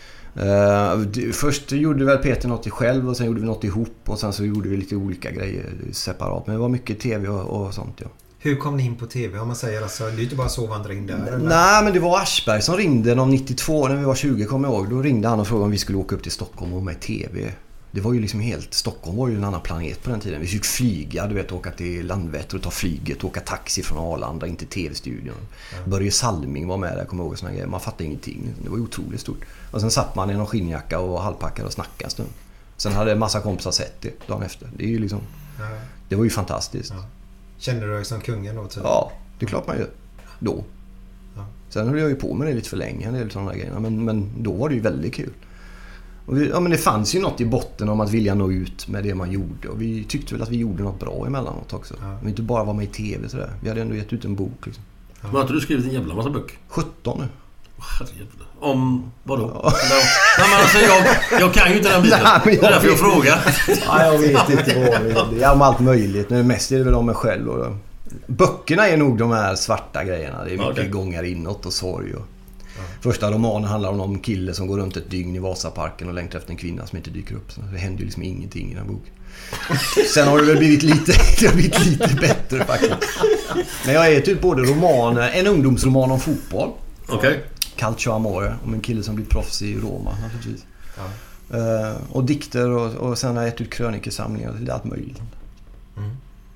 Uh, först gjorde väl Peter något själv och sen gjorde vi något ihop och sen så gjorde vi lite olika grejer separat. Men det var mycket tv och, och sånt, ja. Hur kom ni in på tv om man säger? Alltså, det är ju inte bara så vandra in där. Eller? Nej, men det var Aschberg som ringde om nittiotvå när vi var tjugo, kommer jag ihåg. Då ringde han och frågade om vi skulle åka upp till Stockholm och med tv. Det var ju liksom helt... Stockholm var ju en annan planet på den tiden. Vi fick flyga, du vet, åka till Landvetter och ta flyget, åka taxi från Arlanda in till tv-studion. Ja. Börje Salming var med där, kommer jag ihåg, såna grejer. Man fattade ingenting. Det var ju otroligt stort. Och sen satt man i någon skinnjacka och halvpackade och snackade en stund. Sen hade en massa kompisar sett det dagen efter. Det är ju liksom... Ja. Det var ju fantastiskt. Ja. Kände du dig som kungen då? Typ? Ja, det är klart man gör. Då. Ja. Sen höll jag ju på med det lite för länge, en del sådana grejer. Men, men då var det ju väldigt kul. Och vi, ja, men det fanns ju något i botten om att vilja nå ut med det man gjorde. Och vi tyckte väl att vi gjorde något bra emellanåt också. Ja. Vi inte bara var med i tv sådär. Vi hade ändå gett ut en bok liksom. Ja. Men har inte du skrivit en jävla massa böcker? sjutton nu. Herregud. Om vadå? Ja. Nej, men alltså jag, jag kan ju inte den biten. Nej, men jag det är därför jag frågar. Ja, jag vet inte vad det är. Om allt möjligt. Men mest är det väl om mig själv. Och böckerna är nog de här svarta grejerna. Det är mycket okay. gångar inåt och sorg. Och ja. Första romanen handlar om en kille som går runt ett dygn i Vasaparken och längtar efter en kvinna som inte dyker upp. Så det händer ju liksom ingenting i den boken. Sen har det väl blivit lite, det har blivit lite bättre faktiskt. Men jag är typ både romaner, en ungdomsroman om fotboll. Okej. Okay. Calcio Amore, om en kille som blir proffs i Roma naturligtvis. Ja. Uh, och dikter och, och sen har jag gett ut krönikesamlingar, det är allt möjligt. Mm.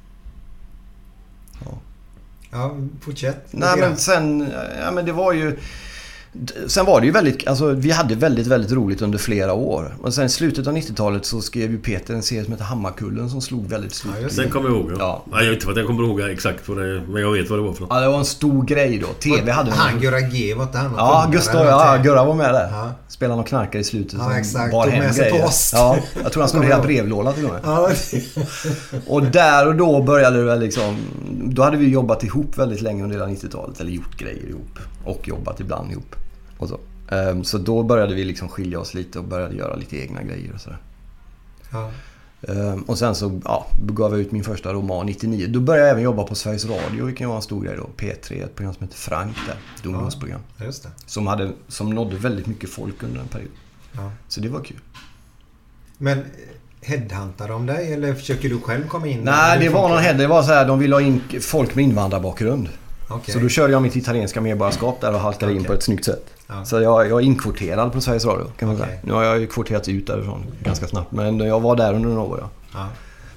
Ja. Ja, fortsätt. Nej, men sen, ja men det var ju... Sen var det ju väldigt, alltså vi hade väldigt, väldigt roligt under flera år. Och sen i slutet av nittiotalet så skrev ju Peter en serie som heter Hammarkullen som slog väldigt stort. Ja, den kommer jag ihåg. Ja. Ja. Ja, jag vet inte vad jag kommer ihåg exakt vad det, men jag vet vad det var för något. Ja, det var en stor grej då. T V hade han Gurra G var inte han. Ja, Gustav, ja, Gurra var med där. Ja. Spelade någon knarkare i slutet. Ja, exakt. Bara hem grejer. Post. Ja, jag tror han snodde hela brevlådan till och med. Ja. Och där och då började det väl liksom, då hade vi jobbat ihop väldigt länge under hela nittiotalet eller gjort grejer ihop och jobbat ibland ihop. Och så. Um, så då började vi liksom skilja oss lite och började göra lite egna grejer och sådär. Ja. Um, och sen så ja, gav jag ut min första roman nittionio. Då började jag även jobba på Sveriges Radio, vilket var en stor grej då. P tre, ett program som heter Frank där. Ett ungdomsprogram. Ja, just det. Som, hade, som nådde väldigt mycket folk under en period. Ja. Så det var kul. Men headhuntar de dig eller försöker du själv komma in? Nej, det var någon head. Det var så här, de ville ha in folk med invandrarbakgrund. Okay. Så då körde jag mitt italienska medborgarskap där och halkade okay. in på ett snyggt sätt. Ja. Så jag, jag är inkvoterad på Sveriges Radio, kan man okay. säga. Nu har jag ju kvoterats ut därifrån ganska snabbt, men jag var där under några år. Ja. Ja.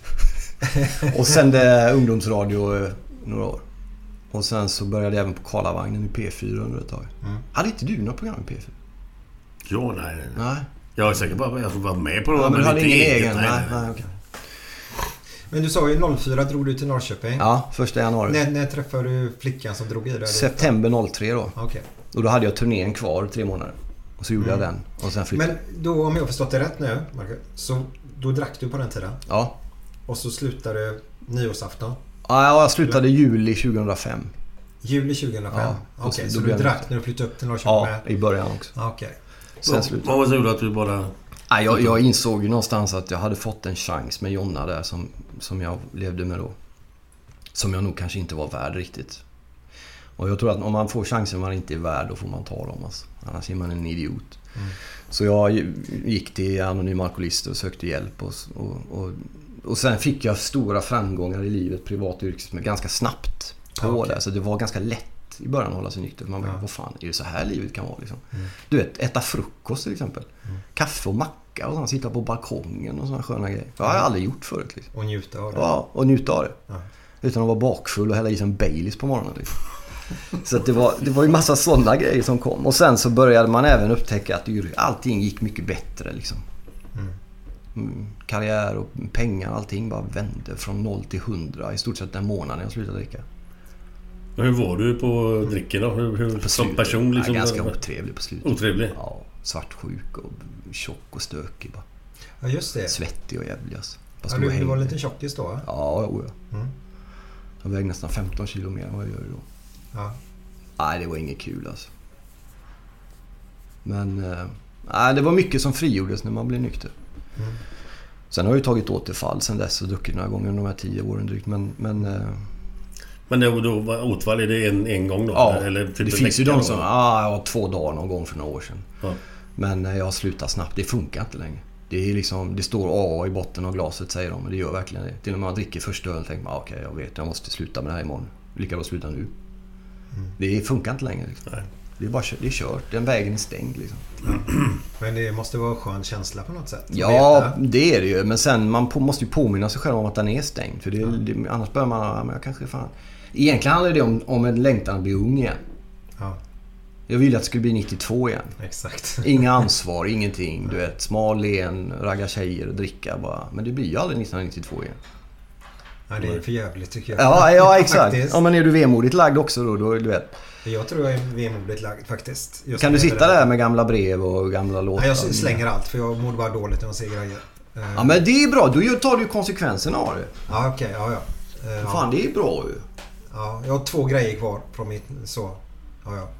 Och sen det ungdomsradio några år. Och sen så började jag även på Karlavagnen i P fyra under ett tag. Mm. Hade inte du något program i P fyra? Jo, nej. Nej. Jag är säker på att jag får vara med på det. Ja, men du hade ingen egen? Nej, nej, nej okay. Men du sa ju noll fyra drog du till Norrköping. Ja, första januari. När, när träffade du flickan som drog i dig? September noll tre då. Okej. Okay. Och då hade jag turnén kvar tre månader. Och så gjorde mm. jag den. Och sen flyttade. Men då, om jag har förstått det rätt nu, Marcus, så då drack du på den tiden? Ja. Och så slutade du nyårsafton? Ja, jag slutade i juli tjugohundrafem. Juli tjugohundrafem? Ja. Okej, okay, så du drack när du flyttade upp till Norrköping? Ja, med? I början också. Okej. Okay. Sen slutade. Vad var det så att du bara... Nej, jag, jag insåg ju någonstans att jag hade fått en chans med Jonna där som, som jag levde med då. Som jag nog kanske inte var värd riktigt. Och jag tror att om man får chansen man inte är värd, då får man ta dem. Alltså. Annars är man en idiot. Mm. Så jag gick till Anonym Alkoholist och sökte hjälp. Och, och, och, och sen fick jag stora framgångar i livet, privat och yrkesmässigt, ganska snabbt på okay. det. Så det var ganska lätt i början att hålla sig nykter. Man bara, ja. Vad fan, är det så här livet kan vara liksom? Mm. Du vet, äta frukost till exempel. Mm. Kaffe och macka och sånt, sitta på balkongen och såna sköna grejer. Det har jag aldrig gjort förut. Liksom. Och njuta av det. Ja, och njuta av det. Ja. Utan att vara bakfull och hälla i sig en Baileys på morgonen. Liksom. Så att det, var, det var ju massa sådana grejer som kom. Och sen så började man även upptäcka att allting gick mycket bättre. Liksom. Mm. Karriär och pengar, allting bara vände från noll till hundra i stort sett den månaden jag slutade dricka. Hur var du på dricken då? Hur, hur, som person liksom? Ja, ganska otrevlig på slutet. Otrevlig? Ja, svartsjuk och tjock och stökig bara. Ja, just det. Svettig och jävlig alltså. Ja, du, du var lite tjockis då? Va? Ja, ja, ja. Mm. Jag vägde nästan femton kilo mer än vad jag gör då. Ja. Nej, det var inget kul alltså. Men äh, nej, det var mycket som frigjordes när man blev nykter. Mm. Sen har jag ju tagit återfall sen dess och druckit några gånger under de här tio åren drygt. Men, men, äh, men då, då var återfall, är det en, en gång då? Ja, eller typ det finns ju de som ah, ja, två dagar någon gång för några år sedan. Ja. Men äh, jag slutar snabbt, det funkar inte längre. Det är liksom, det står A i botten av glaset säger de, men det gör verkligen det. Till och med man dricker första öl tänker man, okej okay, jag vet, jag måste sluta med det här imorgon. Lika då sluta nu. Mm. Det funkar inte längre. Liksom. Nej. Det är bara det är kört, den vägen är stängd. Liksom. Men det måste vara en skön känsla på något sätt. Ja, det är det ju. Men sen man på, måste ju påminna sig själv om att den är stängd. För det, mm. det, annars börjar man, ja, men jag kanske fan... Egentligen handlar det om, om en längtan att bli ung igen. Ja. Jag ville att det skulle bli nittiotvå igen. Exakt. Inga ansvar, ingenting. Du vet, smal, len, ragga tjejer och dricka bara. Men det blir ju aldrig nittonhundranittiotvå igen. Ja, det är för jävligt tycker jag. Ja, ja exakt. Ja, men är du vemodigt lagd också då, då du vet. Jag tror jag är vemodigt lagd faktiskt. Just kan du sitta där med gamla brev och gamla låtar? Ja, jag slänger allt för jag mår bara dåligt när jag ser grejer. Ja, men det är bra. Då tar du ju konsekvenserna av det. Ja, okej. Okay, ja, ja. Uh, fan, det är bra ju. Ja, jag har två grejer kvar från mitt så. Ja, ja.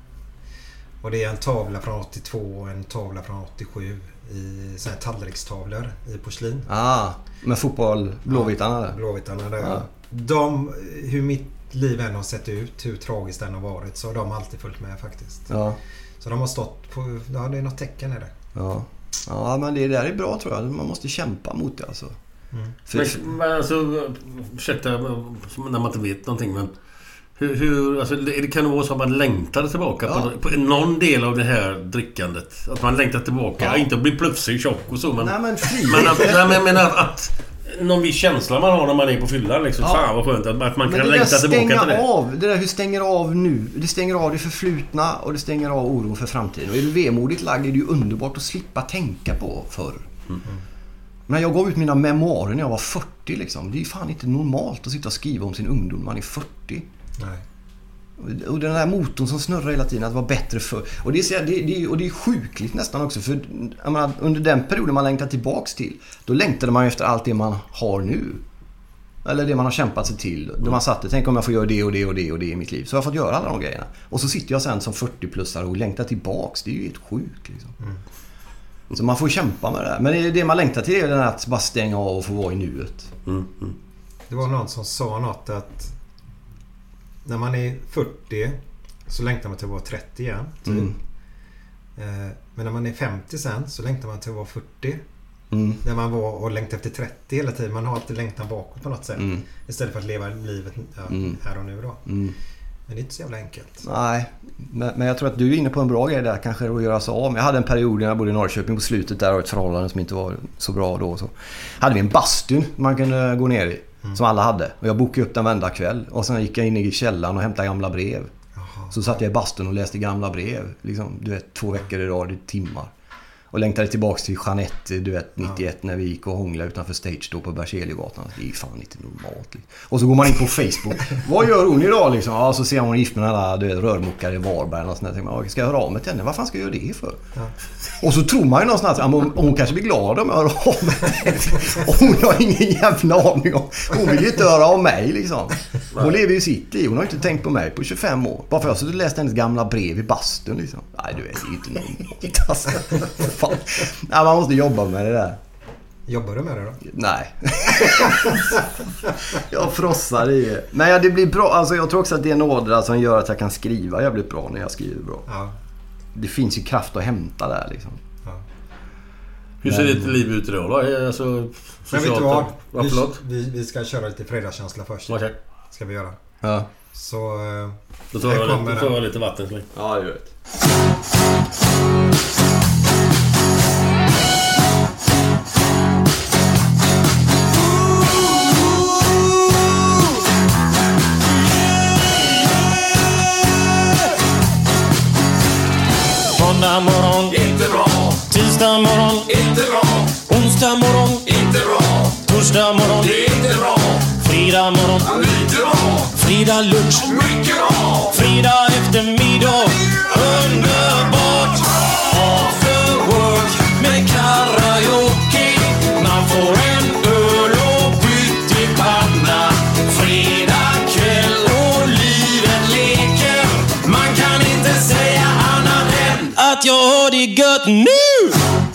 Och det är en tavla från åttiotvå och en tavla från åttiosju i såna här tallrikstavlor i porslin. Ah, med fotboll, blåvitarna där. Ja, blåvitarna där. Ja. De, hur mitt liv än har sett ut, hur tragiskt den har varit, så har de alltid följt med faktiskt. Ja. Så de har stått på, ja det är något tecken är det. Ja, ja men det där är bra tror jag. Man måste kämpa mot det alltså. Mm. För, men alltså, ursäkta när man inte vet någonting, men hur, hur alltså, det kan det vara så att man längtar tillbaka ja. på, på någon del av det här drickandet? Att man längtar tillbaka, ja. inte att bli plötsligt tjock och så, men, nej, men, men, att, nej, men, men att, att någon viss känsla man har när man är på fyllan liksom. Ja. Fan vad skönt att, att man men kan längta tillbaka till det. Av, det där hur stänger av nu, det stänger av det förflutna och det stänger av oron för framtiden. Och är du vemodigt lagd är det ju underbart att slippa tänka på förr. Mm. Men jag gav ut mina memoarer när jag var fyrtio liksom. Det är ju fan inte normalt att sitta och skriva om sin ungdom när man är fyrtio. Nej. Och den där motorn som snurrar hela tiden att vara bättre för. Och det är, det, det, och det är sjukligt nästan också. För jag menar, under den perioden man längtar tillbaks till, då längtade man efter allt det man har nu. Eller det man har kämpat sig till. Då man satte, tänk om jag får göra det och det och det och det i mitt liv. Så jag har fått göra alla de grejerna. Och så sitter jag sen som fyrtio-plussare och längtar tillbaks. Det är ju helt sjukt liksom. Mm. Så man får kämpa med det där. Men det, det man längtar till är den här att bara stänga av och få vara i nuet. Mm, mm. Det var någon som sa något att när man är fyrtio så längtar man till att vara trettio igen. Typ. Mm. Men när man är femtio sen så längtar man till att vara fyrtio. Mm. När man var och längtade efter trettio hela tiden. Man har alltid längtan bakåt på något sätt. Mm. Istället för att leva livet ja, mm. här och nu då. Mm. Men det är inte så jävla enkelt. Nej, men, men jag tror att du är inne på en bra grej där. Kanske att göra sig av. Jag hade en period när jag bodde i Norrköping på slutet där och ett förhållande som inte var så bra då. Så hade vi en bastun man kunde gå ner i. Mm. Som alla hade. Och jag bokade upp den varenda kväll. Och sen gick jag in i källaren och hämtade gamla brev. Aha. Så satt jag i bastun och läste gamla brev. Liksom, du vet, två veckor i rad i timmar. Och längtade tillbaks till Jeanette, du vet, nittioett ja. När vi gick och hånglade utanför Stage då på Berzelii-gatan. Det är ju fan inte normalt. Och så går man in på Facebook. Vad gör hon idag liksom? Ja, så ser hon gift med alla, du vet, rörmokare i Varberg och sånt där. Man, ska jag höra av mig till henne? Vad fan ska jag göra det för? Ja. Och så tror man ju någonstans att hon, hon kanske blir glad om jag hör av mig till henne. Och hon har ingen jävla aning om. Hon vill ju inte höra av mig liksom. Hon lever ju sitt liv. Hon har inte tänkt på mig på tjugofem år. Bara för att jag så läste hennes gamla brev i bastun liksom. Nej, du vet, det är ju inte normalt. Alltså. Fan. Ja, man måste jobba med det där. Jobbar du med det då? Nej. Jag frossar i det. Men ja, det blir bra. Alltså, jag tror också att det är en ådra som gör att jag kan skriva jävligt bra när jag skriver bra. Ja. Det finns ju kraft att hämta där liksom. Ja. Hur ser ditt liv ut idag då? Alltså, men vet du vad? Ja, vi, vi, vi ska köra lite fredagskänsla först. Okay. Ska vi göra. Ja. Så då tar jag, kommer lite, jag lite vatten. Så ja, det gör det. Måndag morgon, inte bra. Tisdag morgon, inte bra. Onsdag morgon, inte bra. Torsdag morgon, det är inte bra. Fredag morgon, lite bra. Fredag lunch, mycket bra. Fredag eftermiddag, underbart. After work med karaoke. Man får en öl och pyttipanna. Fredag kväll och livet leker. Man kan inte säga annat än att jag har det gött nu.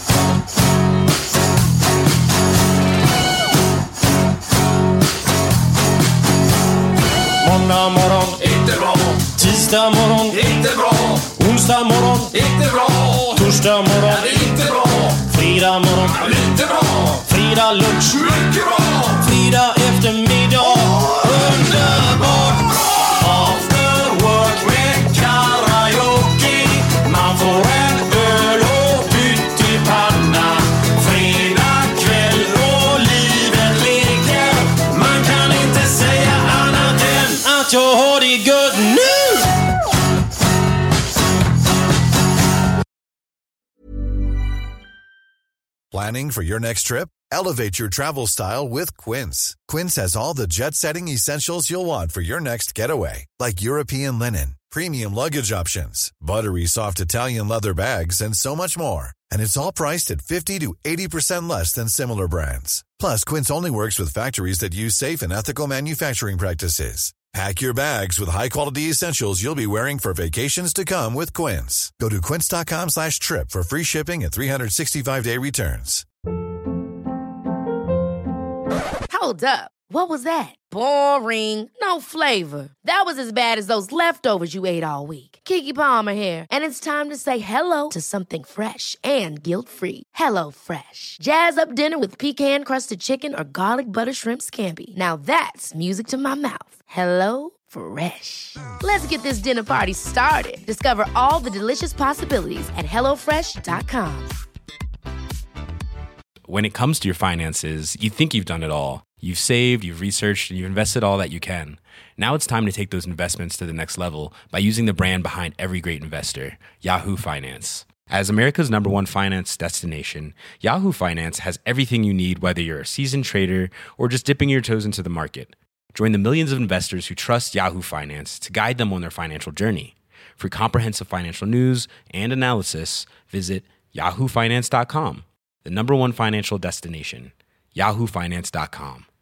Måndag morgon, inte bra. Tisdag morgon, inte bra. Onsdag morgon, inte bra. Torsdag morgon, inte bra. Fredag morgon, lite bra. Fredag lunch, mycket bra. Fredag eftermiddag, underbart. After work med karaoke. Man får en öl och pyttipanna. Fredag kväll och livet leker. Man kan inte säga annat än att jag har det gött nu. Planning for your next trip? Elevate your travel style with Quince. Quince has all the jet-setting essentials you'll want for your next getaway, like European linen, premium luggage options, buttery soft Italian leather bags, and so much more. And it's all priced at fifty to eighty percent less than similar brands. Plus, Quince only works with factories that use safe and ethical manufacturing practices. Pack your bags with high-quality essentials you'll be wearing for vacations to come with Quince. Go to quince.com slash trip for free shipping and three sixty-five day returns. Hold up. What was that? Boring. No flavor. That was as bad as those leftovers you ate all week. Keke Palmer here. And it's time to say hello to something fresh and guilt-free. Hello Fresh. Jazz up dinner with pecan-crusted chicken or garlic butter shrimp scampi. Now that's music to my mouth. Hello Fresh. Let's get this dinner party started. Discover all the delicious possibilities at hello fresh dot com. When it comes to your finances, you think you've done it all. You've saved, you've researched, and you've invested all that you can. Now it's time to take those investments to the next level by using the brand behind every great investor, Yahoo Finance. As America's number one finance destination, Yahoo Finance has everything you need, whether you're a seasoned trader or just dipping your toes into the market. Join the millions of investors who trust Yahoo Finance to guide them on their financial journey. For comprehensive financial news and analysis, visit yahoo finance dot com. The number one financial destination, yahoo finance dot com.